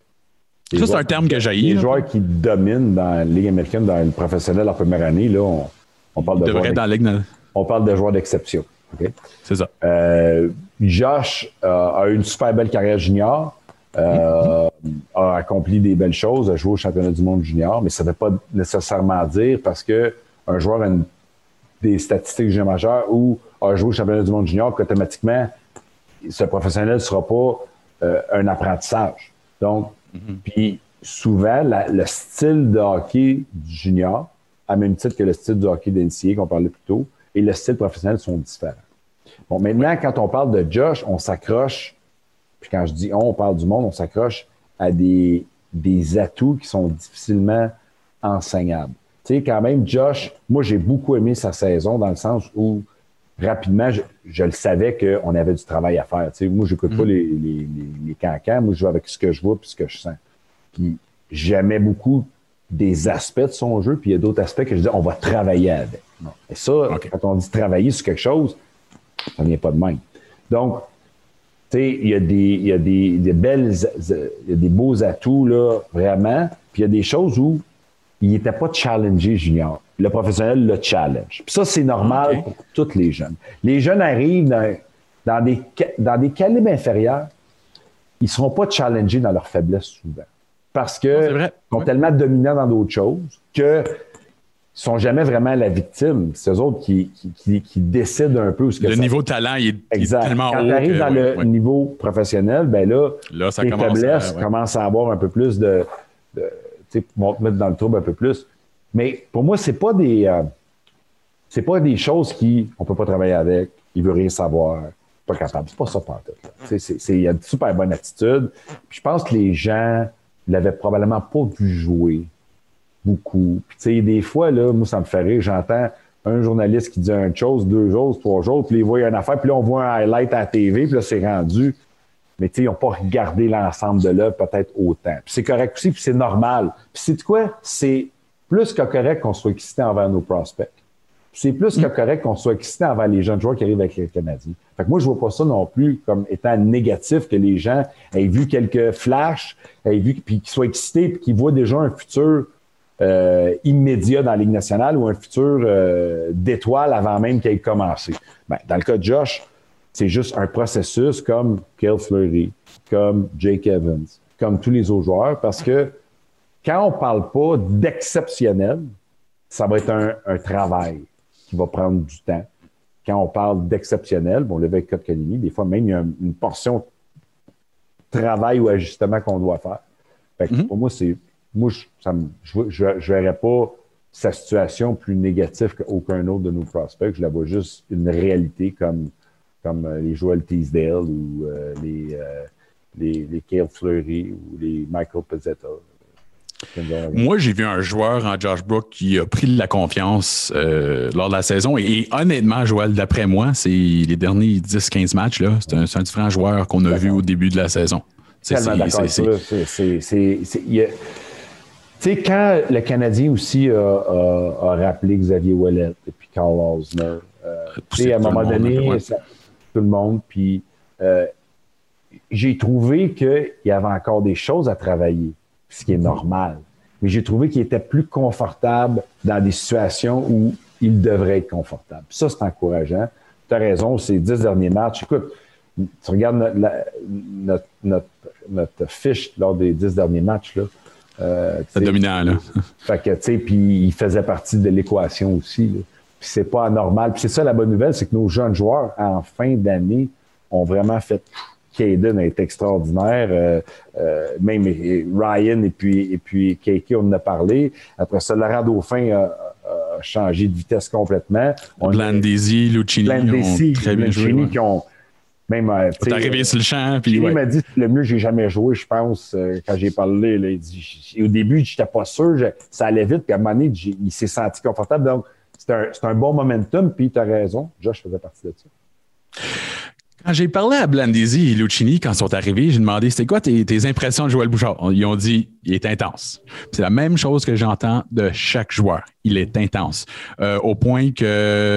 ça, c'est un terme que j'haïs. Les là. joueurs qui dominent dans la Ligue américaine, dans le professionnel en première année, là, on, on parle de joueurs. Dans la Ligue... On parle de joueurs d'exception. Okay? C'est ça. Euh, Josh euh, a eu une super belle carrière junior, euh, mm-hmm. a accompli des belles choses, a joué au championnat du monde junior, mais ça ne veut pas nécessairement dire parce qu'un joueur a une, des statistiques junior majeures ou a joué au championnat du monde junior qu'automatiquement, ce professionnel ne sera pas euh, un apprentissage. Donc, mm-hmm. puis souvent, la, le style de hockey du junior, à même titre que le style du hockey d'N C A A qu'on parlait plus tôt, et le style professionnel sont différents. Bon, maintenant, quand on parle de Josh, on s'accroche, puis quand je dis on, on parle du monde, on s'accroche à des, des atouts qui sont difficilement enseignables. Tu sais, quand même, Josh, moi, j'ai beaucoup aimé sa saison dans le sens où, rapidement, je, je le savais qu'on avait du travail à faire. Tu sais, moi, je n'écoute mm. pas les, les, les, les cancans, moi, je joue avec ce que je vois puis ce que je sens. Puis, j'aimais beaucoup des aspects de son jeu, puis il y a d'autres aspects que je dis, on va travailler avec. Non. Et ça, okay. quand on dit travailler sur quelque chose, ça ne vient pas de même. Donc, tu sais, il y a des, il y a des, des belles, il y a des beaux atouts, là, vraiment, puis il y a des choses où il n'était pas challengé junior. Le professionnel le challenge. Puis ça, c'est normal okay. pour tous les jeunes. Les jeunes arrivent dans, dans, des, dans des calibres inférieurs, ils ne seront pas challengés dans leurs faiblesses souvent. Parce qu'ils sont oui. tellement dominants dans d'autres choses qu'ils ne sont jamais vraiment la victime. C'est eux autres qui, qui, qui, qui décident un peu où ce que le ça... niveau de talent il est, il est tellement Quand haut. Quand tu arrives dans oui, le oui. niveau professionnel, ben là, là ça tes commence faiblesses à, ouais. commencent à avoir un peu plus de... de tu sais, vont te mettre dans le trouble un peu plus. Mais pour moi, c'est pas des... Euh, c'est pas des choses qui... On peut pas travailler avec, il veut rien savoir, pas capable. C'est pas ça pantoute. Il y a une super bonne attitude. Puis je pense que les gens... ne l'avait probablement pas vu jouer beaucoup. Puis, tu sais, des fois, là, moi, ça me fait rire. J'entends un journaliste qui dit une chose, deux choses, trois choses, puis ils voient une affaire, puis là, on voit un highlight à la T V, puis là, c'est rendu. Mais tu sais, ils n'ont pas regardé l'ensemble de l'œuvre peut-être autant. Puis c'est correct aussi, puis c'est normal. Puis c'est quoi? C'est plus que correct qu'on soit excité envers nos prospects. Puis c'est plus que correct qu'on soit excité envers les jeunes joueurs qui arrivent avec les Canadiens. Fait que moi, je vois pas ça non plus comme étant négatif que les gens aient vu quelques flashs, aient vu, puis qu'ils soient excités, puis qu'ils voient déjà un futur euh, immédiat dans la Ligue nationale ou un futur euh, d'étoile avant même qu'il ait commencé. Ben, dans le cas de Josh, c'est juste un processus comme Cale Fleury, comme Jake Evans, comme tous les autres joueurs, parce que quand on ne parle pas d'exceptionnel, ça va être un, un travail qui va prendre du temps. Quand on parle d'exceptionnel, bon, le avec Kotkaniemi, des fois même, il y a une portion de travail ou ajustement qu'on doit faire. Fait que mm-hmm. Pour moi, c'est moi, je ne verrais pas sa situation plus négative qu'aucun autre de nos prospects. Je la vois juste une réalité comme comme euh, les Joel Teasdale ou euh, les, euh, les, les Cale Fleury ou les Michael Pezzetta. Moi, j'ai vu un joueur en Josh Brook qui a pris de la confiance euh, lors de la saison. Et, et honnêtement, Joel, d'après moi, c'est les derniers dix quinze matchs, là, c'est, un, c'est un différent joueur qu'on a d'accord. vu au début de la saison. C'est, tellement c'est, d'accord c'est, c'est, c'est, c'est, c'est, il y a... Tu sais, quand le Canadien aussi a, a, a rappelé Xavier Ouellet et puis Carl Osner, euh, tu sais, à un moment donné, ouais. ça, tout le monde, puis euh, j'ai trouvé qu'il y avait encore des choses à travailler, ce qui est normal. Mais j'ai trouvé qu'il était plus confortable dans des situations où il devrait être confortable. Puis ça, c'est encourageant. Tu as raison, ces dix derniers matchs. Écoute, tu regardes notre, la, notre, notre, notre fiche lors des dix derniers matchs, là. Euh, c'est dominant, là. Fait que, tu sais, puis il faisait partie de l'équation aussi, là. Puis c'est pas anormal. Puis c'est ça la bonne nouvelle, c'est que nos jeunes joueurs, en fin d'année, ont vraiment fait... Caden est extraordinaire. Euh, euh, même Ryan et puis, et puis Keiki, on en a parlé. Après ça, Laurent Dauphin a, a changé de vitesse complètement. Blandesi, Lucchini ont très bien joué. Ouais. Qui ont même... Euh, t'es arrivé sur le champ. Puis ouais. Il m'a dit le mieux que j'ai jamais joué, je pense, euh, quand j'ai parlé. Là, il dit, au début, j'étais pas sûr. Je, ça allait vite. Puis à un moment donné, il s'est senti confortable. Donc, c'est un, c'est un bon momentum. Puis tu as raison. Josh faisait partie de ça. Quand j'ai parlé à Blandesi et Lucchini quand ils sont arrivés, j'ai demandé c'était quoi tes, tes impressions de Joël Bouchard. Ils ont dit il est intense. C'est la même chose que j'entends de chaque joueur. Il est intense. Euh, au point que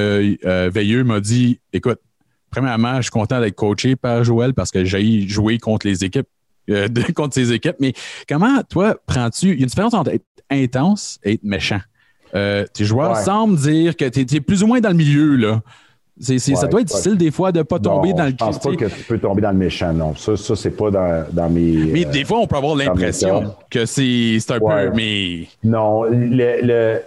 euh, Veilleux m'a dit écoute, premièrement, je suis content d'être coaché par Joël parce que j'ai joué contre les équipes, euh, contre ses équipes. Mais comment, toi, prends-tu. Il y a une différence entre être intense et être méchant. Euh, tes joueurs ouais. semblent dire que tu es plus ou moins dans le milieu, là. C'est, c'est, ouais, ça doit être difficile ouais. des fois de ne pas tomber non, dans le... Je pense pas que tu peux tomber dans le méchant, non. Ça, ça c'est pas dans, dans mes... Mais euh, des fois, on peut avoir l'impression que c'est, c'est un ouais. peu... mais Non, le, le,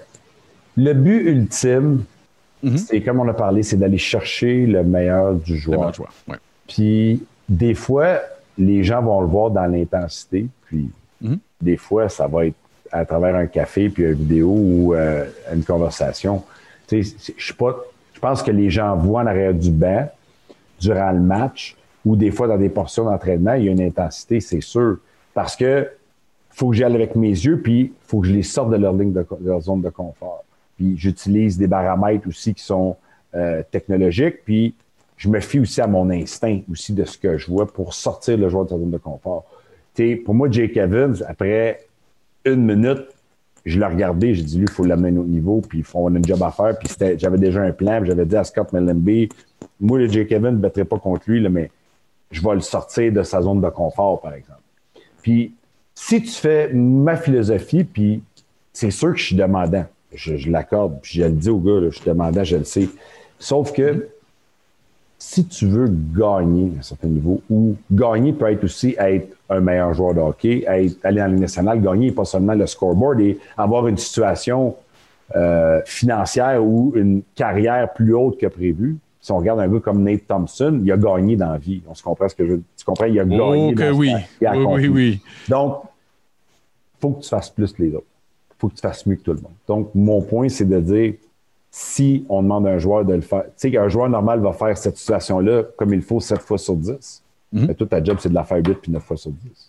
le but ultime, mm-hmm. c'est comme on a parlé, c'est d'aller chercher le meilleur du joueur. Le meilleur joueur, ouais. Puis, des fois, les gens vont le voir dans l'intensité, puis mm-hmm. des fois, ça va être à travers un café, puis une vidéo ou euh, une conversation. Tu sais, je suis pas... Je pense que les gens voient en arrière du banc durant le match ou des fois dans des portions d'entraînement, il y a une intensité, c'est sûr. Parce que faut que j'aille avec mes yeux, puis il faut que je les sorte de leur ligne de, de leur zone de confort. Puis j'utilise des paramètres aussi qui sont euh, technologiques, puis je me fie aussi à mon instinct aussi de ce que je vois pour sortir le joueur de sa zone de confort. T'sais, pour moi, Jake Evans, après une minute, je l'ai regardé, j'ai dit, lui, il faut l'amener à un autre niveau, puis on a un job à faire, puis c'était, j'avais déjà un plan, puis j'avais dit à Scott Mellenby, moi, le Jake Evans ne battrai pas contre lui, là, mais je vais le sortir de sa zone de confort, par exemple. Puis, si tu fais ma philosophie, puis c'est sûr que je suis demandant, je, je l'accorde, puis je le dis au gars, là, je suis demandant, je le sais. Sauf que, si tu veux gagner à un certain niveau, ou gagner peut être aussi être un meilleur joueur de hockey, être, aller en Ligue nationale, gagner pas seulement le scoreboard et avoir une situation euh, financière ou une carrière plus haute que prévu. Si on regarde un gars comme Nate Thompson, il a gagné dans la vie. On se comprend ce que je veux dire. Tu comprends? Il a gagné oh, que dans oui. Il a oui, oui, oui. Donc, il faut que tu fasses plus que les autres. Il faut que tu fasses mieux que tout le monde. Donc, mon point, c'est de dire si on demande à un joueur de le faire, tu sais qu'un joueur normal va faire cette situation-là comme il faut sept fois sur dix, mm-hmm. mais toute ta job, c'est de la faire huit puis neuf fois sur dix.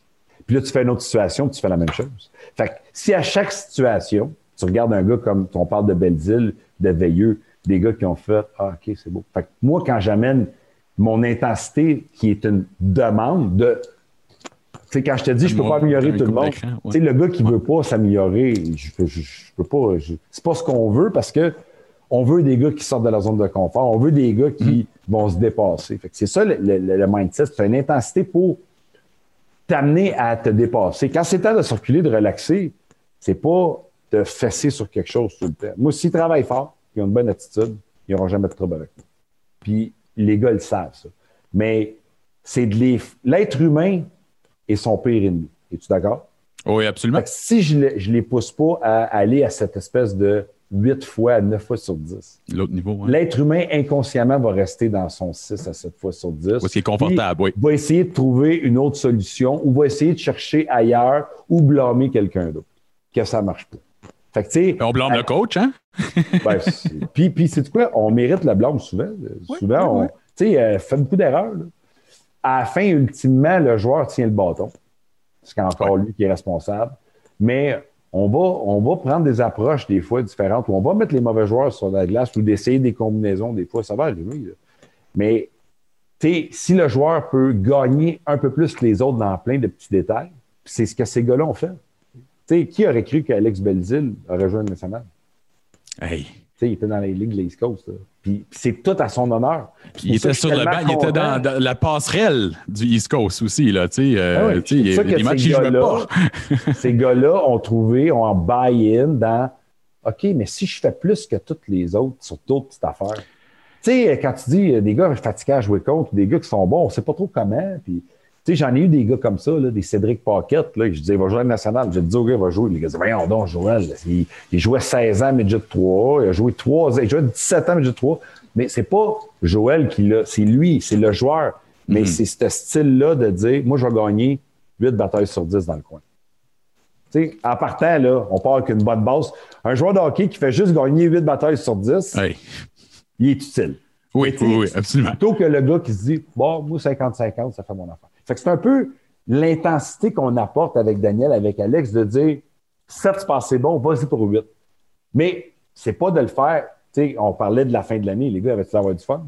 Puis là, tu fais une autre situation, puis tu fais la même chose. Fait que si à chaque situation, tu regardes un gars comme, on parle de Belzile, de Veilleux, des gars qui ont fait « Ah, OK, c'est beau ». Fait que moi, quand j'amène mon intensité, qui est une demande de... Tu sais, quand je te dis, je peux pas améliorer tout le monde. Tu sais, le gars qui veut pas s'améliorer, je, je, je peux pas... Je, c'est pas ce qu'on veut parce que on veut des gars qui sortent de la zone de confort. On veut des gars qui mm. vont se dépasser. Fait que c'est ça, le, le, le mindset. C'est une intensité pour t'amener à te dépasser. Quand c'est temps de circuler, de relaxer, c'est pas de fesser sur quelque chose tout le temps. Moi, s'ils travaillent fort, ils ont une bonne attitude, ils n'auront jamais de trouble avec moi. Puis les gars, ils savent ça. Mais c'est de les... L'être humain est son pire ennemi. Es-tu d'accord? Oui, absolument. Fait que si je ne les, les pousse pas à aller à cette espèce de huit fois à neuf fois sur dix. L'autre niveau, hein? L'être humain, inconsciemment, va rester dans son six à sept fois sur dix. Parce qu'il est confortable, oui. Va essayer de trouver une autre solution ou va essayer de chercher ailleurs ou blâmer quelqu'un d'autre. Que ça ne marche pas. Fait que, tu sais... On blâme à... le coach, hein? ben, puis, puis c'est quoi? On mérite le blâme souvent. Oui, souvent, oui, on... Tu sais, euh, fait beaucoup d'erreurs. Là. À la fin, ultimement, le joueur tient le bâton. C'est encore oui. lui qui est responsable. Mais... On va, on va prendre des approches des fois différentes, ou on va mettre les mauvais joueurs sur la glace ou d'essayer des combinaisons des fois, ça va arriver. Là. Mais si le joueur peut gagner un peu plus que les autres dans plein de petits détails, c'est ce que ces gars-là ont fait. T'sais, qui aurait cru qu'Alex Belzile aurait joué le national? Hey. T'sais, il était dans les ligues de l'East Coast. Là. Puis c'est tout à son honneur. Il était sur le banc, il était dans, dans la passerelle du East Coast aussi. Là, euh, ah oui, il y a des matchs qui ne jouaient pas. Ces gars-là ont trouvé, ont en buy-in dans OK, mais si je fais plus que tous les autres sur d'autres petites affaires. Tu sais, quand tu dis des gars fatigués à jouer contre, des gars qui sont bons, on ne sait pas trop comment. Puis, tu sais, j'en ai eu des gars comme ça, là, des Cédric Paquette, là, je disais, il va jouer à la nationale. J'ai dit au gars, il va jouer. Les gars disaient, voyons donc, Joël. Il, il jouait seize ans, midget trois. Il a joué trois ans. Il jouait dix-sept ans, midget trois. Mais c'est pas Joël qui l'a. C'est lui, c'est le joueur. Mais mm-hmm. c'est ce style-là de dire, moi, je vais gagner huit batailles sur dix dans le coin. Tu sais, en partant, là, on part avec une bonne base. Un joueur de hockey qui fait juste gagner huit batailles sur dix, hey. il est utile. Oui, oui, oui, absolument. Plutôt que le gars qui se dit, bon, moi, cinquante cinquante, ça fait mon affaire. Fait que c'est un peu l'intensité qu'on apporte avec Daniel, avec Alex, de dire, sept, c'est passé bon, vas-y pour huit. Mais c'est pas de le faire. Tu sais, on parlait de la fin de l'année, les gars avaient-ils avoir du fun?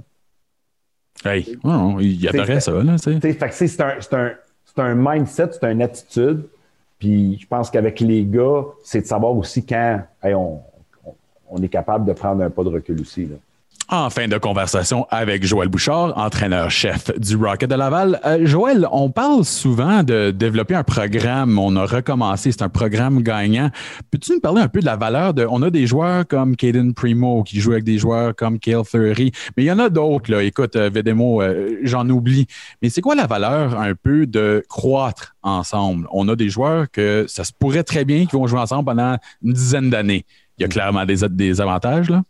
Hey, oh, il adorait ça, là, tu sais. Fait que c'est un, c'est un, c'est un mindset, c'est une attitude. Puis je pense qu'avec les gars, c'est de savoir aussi quand hey, on, on, on est capable de prendre un pas de recul aussi, là. En fin de conversation avec Joël Bouchard, entraîneur-chef du Rocket de Laval. Euh, Joël, on parle souvent de développer un programme. On a recommencé, c'est un programme gagnant. Peux-tu nous parler un peu de la valeur de... On a des joueurs comme Caden Primo qui jouent avec des joueurs comme Cale Fleury, mais il y en a d'autres, là. Écoute, euh, Vedemo, euh, j'en oublie. Mais c'est quoi la valeur un peu de croître ensemble? On a des joueurs que ça se pourrait très bien qu'ils vont jouer ensemble pendant une dizaine d'années. Il y a clairement des, des avantages, là.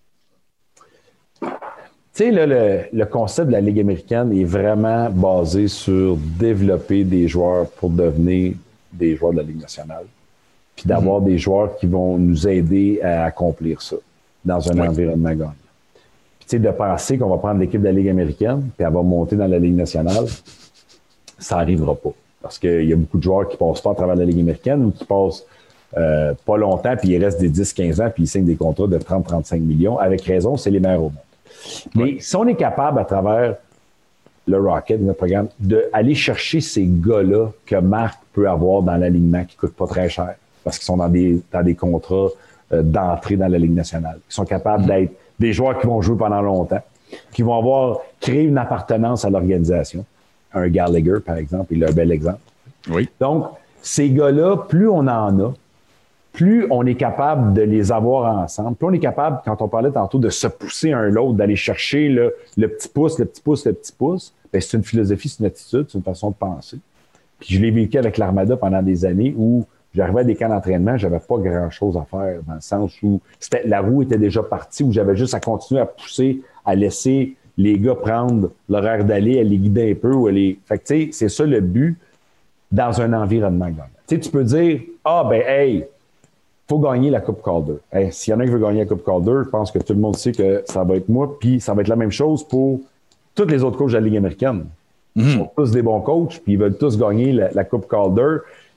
Tu sais, là, le, le concept de la Ligue américaine est vraiment basé sur développer des joueurs pour devenir des joueurs de la Ligue nationale, puis d'avoir mm-hmm. des joueurs qui vont nous aider à accomplir ça dans un oui. environnement gagnant. Puis, tu sais, de penser qu'on va prendre l'équipe de la Ligue américaine puis elle va monter dans la Ligue nationale, ça n'arrivera pas. Parce qu'il y a beaucoup de joueurs qui ne passent pas à travers la Ligue américaine ou qui passent euh, pas longtemps, puis ils restent des dix quinze ans, puis ils signent des contrats de trente à trente-cinq millions. Avec raison, c'est les meilleurs au monde. Mais oui. si on est capable, à travers le Rocket, notre programme, d'aller chercher ces gars-là que Marc peut avoir dans l'alignement qui ne coûtent pas très cher parce qu'ils sont dans des, dans des contrats euh, d'entrée dans la Ligue nationale, qui sont capables mmh. d'être des joueurs qui vont jouer pendant longtemps, qui vont avoir créé une appartenance à l'organisation. Un Gallagher, par exemple, il est un bel exemple. Oui. Donc, ces gars-là, plus on en a, plus on est capable de les avoir ensemble, plus on est capable, quand on parlait tantôt, de se pousser un l'autre, d'aller chercher le, le petit pouce, le petit pouce, le petit pouce, bien, c'est une philosophie, c'est une attitude, c'est une façon de penser. Puis je l'ai vécu avec l'Armada pendant des années où j'arrivais à des camps d'entraînement, j'avais pas grand-chose à faire, dans le sens où c'était, la roue était déjà partie, où j'avais juste à continuer à pousser, à laisser les gars prendre l'horaire d'aller, à les guider un peu. Ou à les... Fait que tu sais, c'est ça le but dans un environnement gagnant. Tu sais, tu peux dire, ah ben hey, faut gagner la Coupe Calder. Hey, s'il y en a qui veut gagner la Coupe Calder, je pense que tout le monde sait que ça va être moi, puis ça va être la même chose pour tous les autres coachs de la Ligue américaine. Mm-hmm. Ils sont tous des bons coachs, puis ils veulent tous gagner la, la Coupe Calder.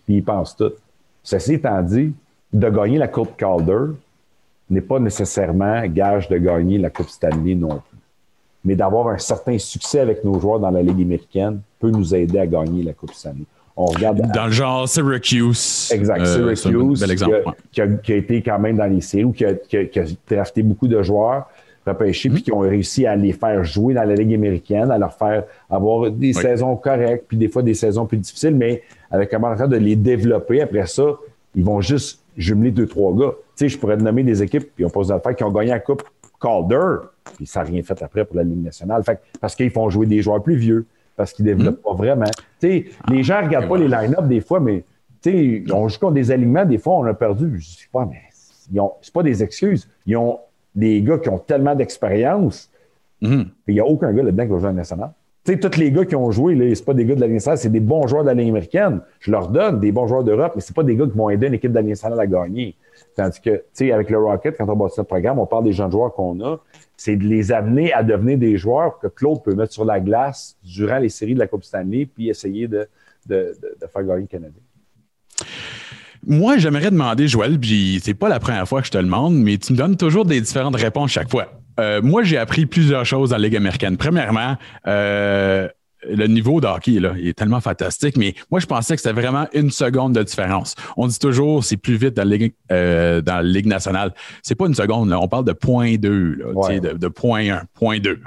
puis ils pensent tout. Ceci étant dit, de gagner la Coupe Calder n'est pas nécessairement gage de gagner la Coupe Stanley non plus. Mais d'avoir un certain succès avec nos joueurs dans la Ligue américaine peut nous aider à gagner la Coupe Stanley. On regarde dans à... le genre Syracuse. Exact. Euh, Syracuse, bel exemple, qui, a, ouais. qui, a, qui a été quand même dans les séries, ou qui a, qui a, qui a drafté beaucoup de joueurs repêchés, mm-hmm. puis qui ont réussi à les faire jouer dans la Ligue américaine, à leur faire avoir des oui. saisons correctes, puis des fois des saisons plus difficiles, mais avec un train de les développer. Après ça, ils vont juste jumeler deux, trois gars. Tu sais, je pourrais te nommer des équipes, puis on pose dans le fait, qui ont gagné la Coupe Calder, puis ça n'a rien fait après pour la Ligue nationale. Fait, parce qu'ils font jouer des joueurs plus vieux, parce qu'ils ne développent mmh. pas vraiment. Tu sais, ah, les gens ne regardent pas voilà. les line-up des fois, mais tu sais, on joue contre des alignements, des fois, on a perdu. Je sais pas, mais ils ont, c'est pas des excuses. Ils ont des gars qui ont tellement d'expérience, mmh. il n'y a aucun gars là-dedans qui va jouer à la nationale. Tu sais, tous les gars qui ont joué, là, c'est pas des gars de la Ligue nationale, c'est des bons joueurs de la Ligue américaine. Je leur donne des bons joueurs d'Europe, mais c'est pas des gars qui vont aider une équipe de la Ligue nationale à gagner. Tandis que, tu sais, avec le Rocket, quand on bâtit notre programme, on parle des jeunes joueurs qu'on a, c'est de les amener à devenir des joueurs que Claude peut mettre sur la glace durant les séries de la Coupe Stanley puis essayer de, de, de, de faire gagner le Canadien. Moi, j'aimerais demander, Joël, puis c'est pas la première fois que je te le demande, mais tu me donnes toujours des différentes réponses chaque fois. Euh, moi, j'ai appris plusieurs choses dans la Ligue américaine. Premièrement, euh, le niveau de hockey, là, il est tellement fantastique, mais moi, je pensais que c'était vraiment une seconde de différence. On dit toujours c'est plus vite dans la Ligue, euh, dans la Ligue nationale. C'est pas une seconde, là. On parle de point deux, là, ouais. de, de point un, point deux.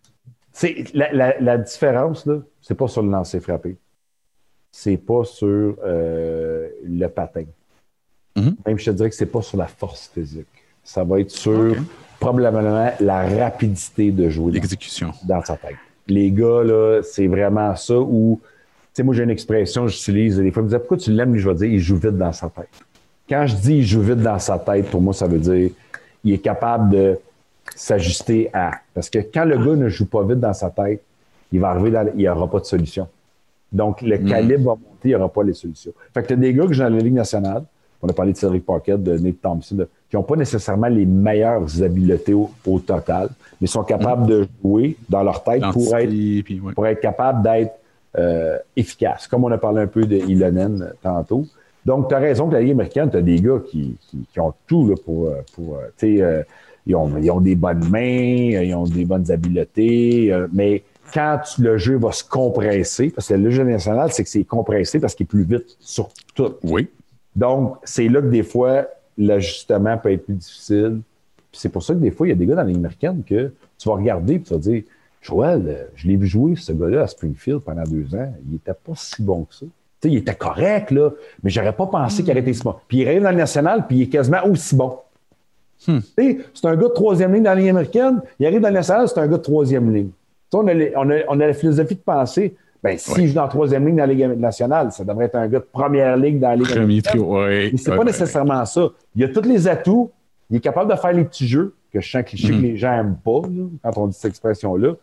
C'est, la, la, la différence, là, c'est pas sur le lancer frappé. C'est pas sur euh, le patin. Mm-hmm. Même, je te dirais que c'est pas sur la force physique. Ça va être sur okay. probablement la rapidité de jouer. L'exécution. Dans, dans sa tête. Les gars, là, c'est vraiment ça où, tu sais, moi, j'ai une expression que j'utilise. Des fois, ils me disent, pourquoi tu l'aimes? Je vais dire, il joue vite dans sa tête. Quand je dis il joue vite dans sa tête, pour moi, ça veut dire il est capable de s'ajuster à. Parce que quand le gars ne joue pas vite dans sa tête, il va arriver dans, il n'y aura pas de solution. Donc, le mmh. calibre va monter, il n'y aura pas les solutions. Fait que tu as des gars que j'ai dans la Ligue nationale, on a parlé de Cedric Paquette, de Nate Thompson, de, qui n'ont pas nécessairement les meilleures habiletés au, au total, mais sont capables mmh. de jouer dans leur tête pour être, puis, ouais. pour être capables d'être euh, efficaces. Comme on a parlé un peu de Ilonen tantôt. Donc, tu as raison que la Ligue américaine, tu as des gars qui, qui, qui ont tout là, pour, pour tu sais, euh, ils, ont, ils ont des bonnes mains, ils ont des bonnes habiletés, euh, mais quand tu, le jeu va se compresser, parce que le jeu national, c'est que c'est compressé parce qu'il est plus vite sur tout. Oui. Donc, c'est là que des fois, l'ajustement peut être plus difficile. Puis c'est pour ça que des fois, il y a des gars dans la Ligue américaine que tu vas regarder et tu vas dire « Joël, je l'ai vu jouer, ce gars-là, à Springfield pendant deux ans. Il n'était pas si bon que ça. » Tu sais, il était correct, là, mais j'aurais pas pensé mm. qu'il aurait été si bon. Puis il arrive dans le national, puis il est quasiment aussi bon. Hmm. Tu sais, c'est un gars de troisième ligne dans la Ligue américaine. Il arrive dans le national, c'est un gars de troisième ligne. Tu sais, on a, les, on, a, on a la philosophie de penser, ben s'il ouais. joue dans la troisième ligne dans la Ligue nationale, ça devrait être un gars de première ligne dans la Ligue américaine. Ouais. Mais c'est ouais, pas ouais. nécessairement ça. Il a tous les atouts. Il est capable de faire les petits jeux, que je sens que, je sais mm. que les gens n'aiment pas, là, quand on dit cette expression-là.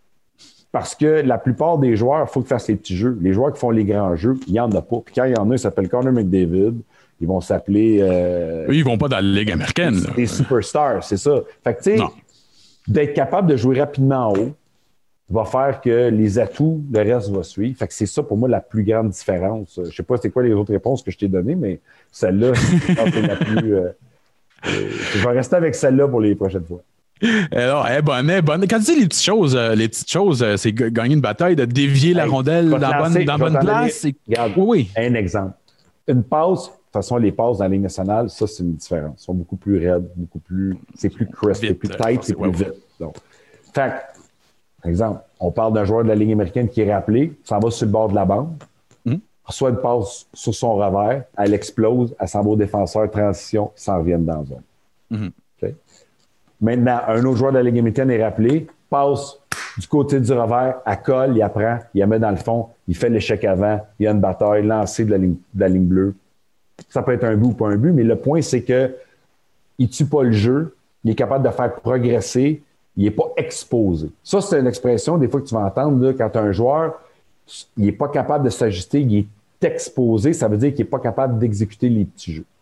Parce que la plupart des joueurs, il faut qu'ils fassent les petits jeux. Les joueurs qui font les grands jeux, il n'y en a pas. Puis quand il y en a, ils s'appellent Connor McDavid. Ils vont s'appeler... Euh, Eux, ils vont pas dans la Ligue américaine. Des, des superstars, c'est ça. Fait que, tu sais, d'être capable de jouer rapidement en haut va faire que les atouts, le reste va suivre. Fait que c'est ça, pour moi, la plus grande différence. Je sais pas c'est quoi les autres réponses que je t'ai données, mais celle-là, c'est la plus... Euh, euh, je vais rester avec celle-là pour les prochaines fois. Alors, elle est bonne, elle est bonne. Quand tu dis les petites choses, euh, les petites choses, euh, c'est gagner une bataille, de dévier la hey, rondelle dans la bonne, dans bonne place. Donner, regarde, oui. Un exemple. Une passe, de toute façon, les passes dans la Ligue nationale, ça, c'est une différence. Ils sont beaucoup plus raides, beaucoup plus. C'est plus crisp, c'est plus tight, c'est plus ouais, vite. Ouais. Donc, fait par exemple, on parle d'un joueur de la Ligue américaine qui est rappelé, s'en va sur le bord de la bande, mm. reçoit une passe sur son revers, elle explose, elle s'en va au défenseur, transition, ils s'en reviennent dans la zone. Mm. Okay? Maintenant, un autre joueur de la Ligue américaine est rappelé, passe du côté du revers, elle colle, il apprend, il la met dans le fond, il fait l'échec avant, il y a une bataille, lancé de la ligne, de la ligne bleue. Ça peut être un but ou pas un but, mais le point, c'est que il tue pas le jeu, il est capable de faire progresser, il n'est pas exposé. Ça, c'est une expression, des fois, que tu vas entendre là, quand un joueur, il n'est pas capable de s'ajuster, il est exposé, ça veut dire qu'il n'est pas capable d'exécuter les petits jeux.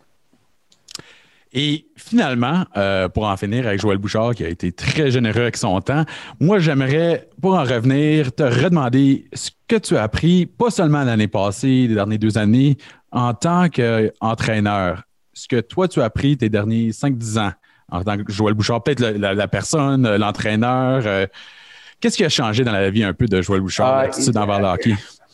Et finalement, euh, pour en finir avec Joël Bouchard, qui a été très généreux avec son temps, moi, j'aimerais, pour en revenir, te redemander ce que tu as appris, pas seulement l'année passée, les dernières deux années, en tant qu'entraîneur, ce que toi, tu as appris tes derniers cinq dix ans en tant que Joël Bouchard, peut-être la, la, la personne, l'entraîneur, euh, qu'est-ce qui a changé dans la vie un peu de Joël Bouchard, ah, l'attitude envers le hockey?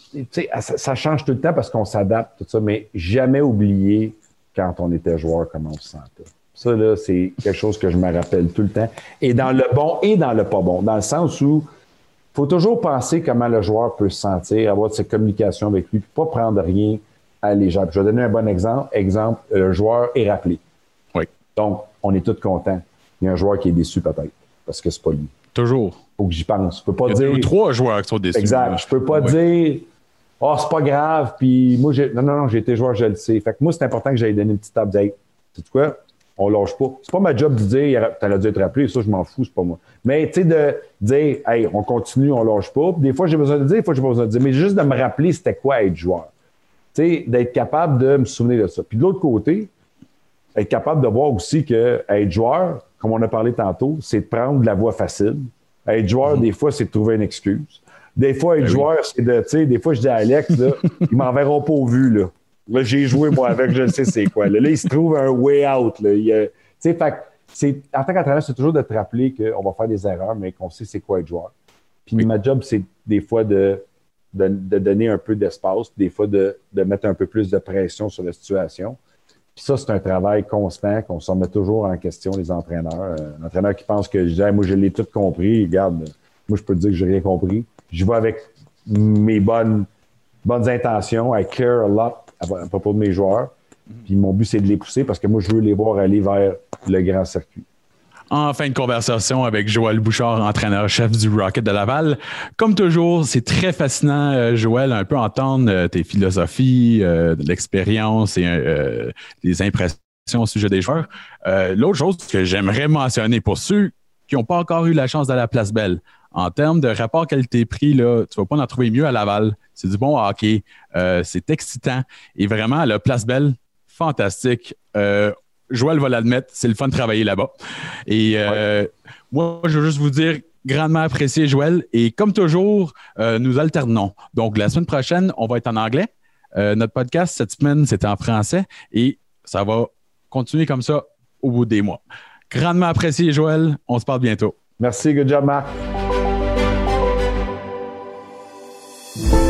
Ça, ça change tout le temps parce qu'on s'adapte, tout ça, mais jamais oublier quand on était joueur, comment on se sentait. Ça, là, c'est quelque chose que je me rappelle tout le temps. Et dans le bon et dans le pas bon. Dans le sens où il faut toujours penser comment le joueur peut se sentir, avoir de cette communication avec lui, puis pas prendre rien à légère. Je vais donner un bon exemple. Exemple, le joueur est rappelé. Oui. Donc, on est tous contents. Il y a un joueur qui est déçu peut-être, parce que c'est pas lui. Toujours. Il faut que j'y pense. Je peux pas Il y a dire... deux ou trois joueurs qui sont déçus. Exact. Je peux pas oui. dire... « Ah, oh, c'est pas grave, puis moi, j'ai... » Non, non, non, j'ai été joueur, je le sais. Fait que moi, c'est important que j'aille donner une petite tape d'être. Sais-tu quoi? On lâche pas. C'est pas ma job de dire « T'aurais dû être rappelé, ça, je m'en fous, c'est pas moi. » Mais, tu sais, de dire « Hey, on continue, on lâche pas. » Des fois, j'ai besoin de dire, des fois, j'ai pas besoin de dire. Mais juste de me rappeler c'était quoi être joueur. Tu sais, d'être capable de me souvenir de ça. Puis de l'autre côté, être capable de voir aussi que être joueur, comme on a parlé tantôt, c'est de prendre la voie facile. Être joueur, mmh. des fois, c'est de trouver une excuse. Des fois, être ben joueur, oui. c'est de, tu sais, des fois, je dis à Alex, là, ils m'enverront pas au vu, là. Là, j'ai joué, moi, avec, je sais c'est quoi. Là, là il se trouve un way out, là. Tu sais, fait c'est, en tant qu'entraîneur, c'est toujours de te rappeler qu'on va faire des erreurs, mais qu'on sait c'est quoi être joueur. Puis oui. ma job, c'est des fois de, de, de donner un peu d'espace, des fois de, de mettre un peu plus de pression sur la situation. Puis ça, c'est un travail constant, qu'on se remet toujours en question, les entraîneurs. Euh, un entraîneur qui pense que, je dis, hey, moi, je l'ai tout compris, regarde, moi, je peux te dire que j'ai rien compris. Je vais avec mes bonnes, bonnes intentions. I care a lot à propos de mes joueurs. Puis mon but, c'est de les pousser parce que moi, je veux les voir aller vers le grand circuit. En fin de conversation avec Joël Bouchard, entraîneur-chef du Rocket de Laval. Comme toujours, c'est très fascinant, Joël, un peu entendre tes philosophies, euh, l'expérience et euh, les impressions au sujet des joueurs. Euh, l'autre chose que j'aimerais mentionner pour ceux qui n'ont pas encore eu la chance d'aller à la Place Belle, en termes de rapport qualité-prix, là, tu ne vas pas en trouver mieux à Laval. C'est du bon hockey. Euh, c'est excitant. Et vraiment, la Place Belle, fantastique. Euh, Joël va l'admettre, c'est le fun de travailler là-bas. Et euh, ouais. moi, je veux juste vous dire, grandement apprécié, Joël. Et comme toujours, euh, nous alternons. Donc, la semaine prochaine, on va être en anglais. Euh, notre podcast, cette semaine, c'était en français. Et ça va continuer comme ça au bout des mois. Grandement apprécié, Joël. On se parle bientôt. Merci. Good job, Marc. you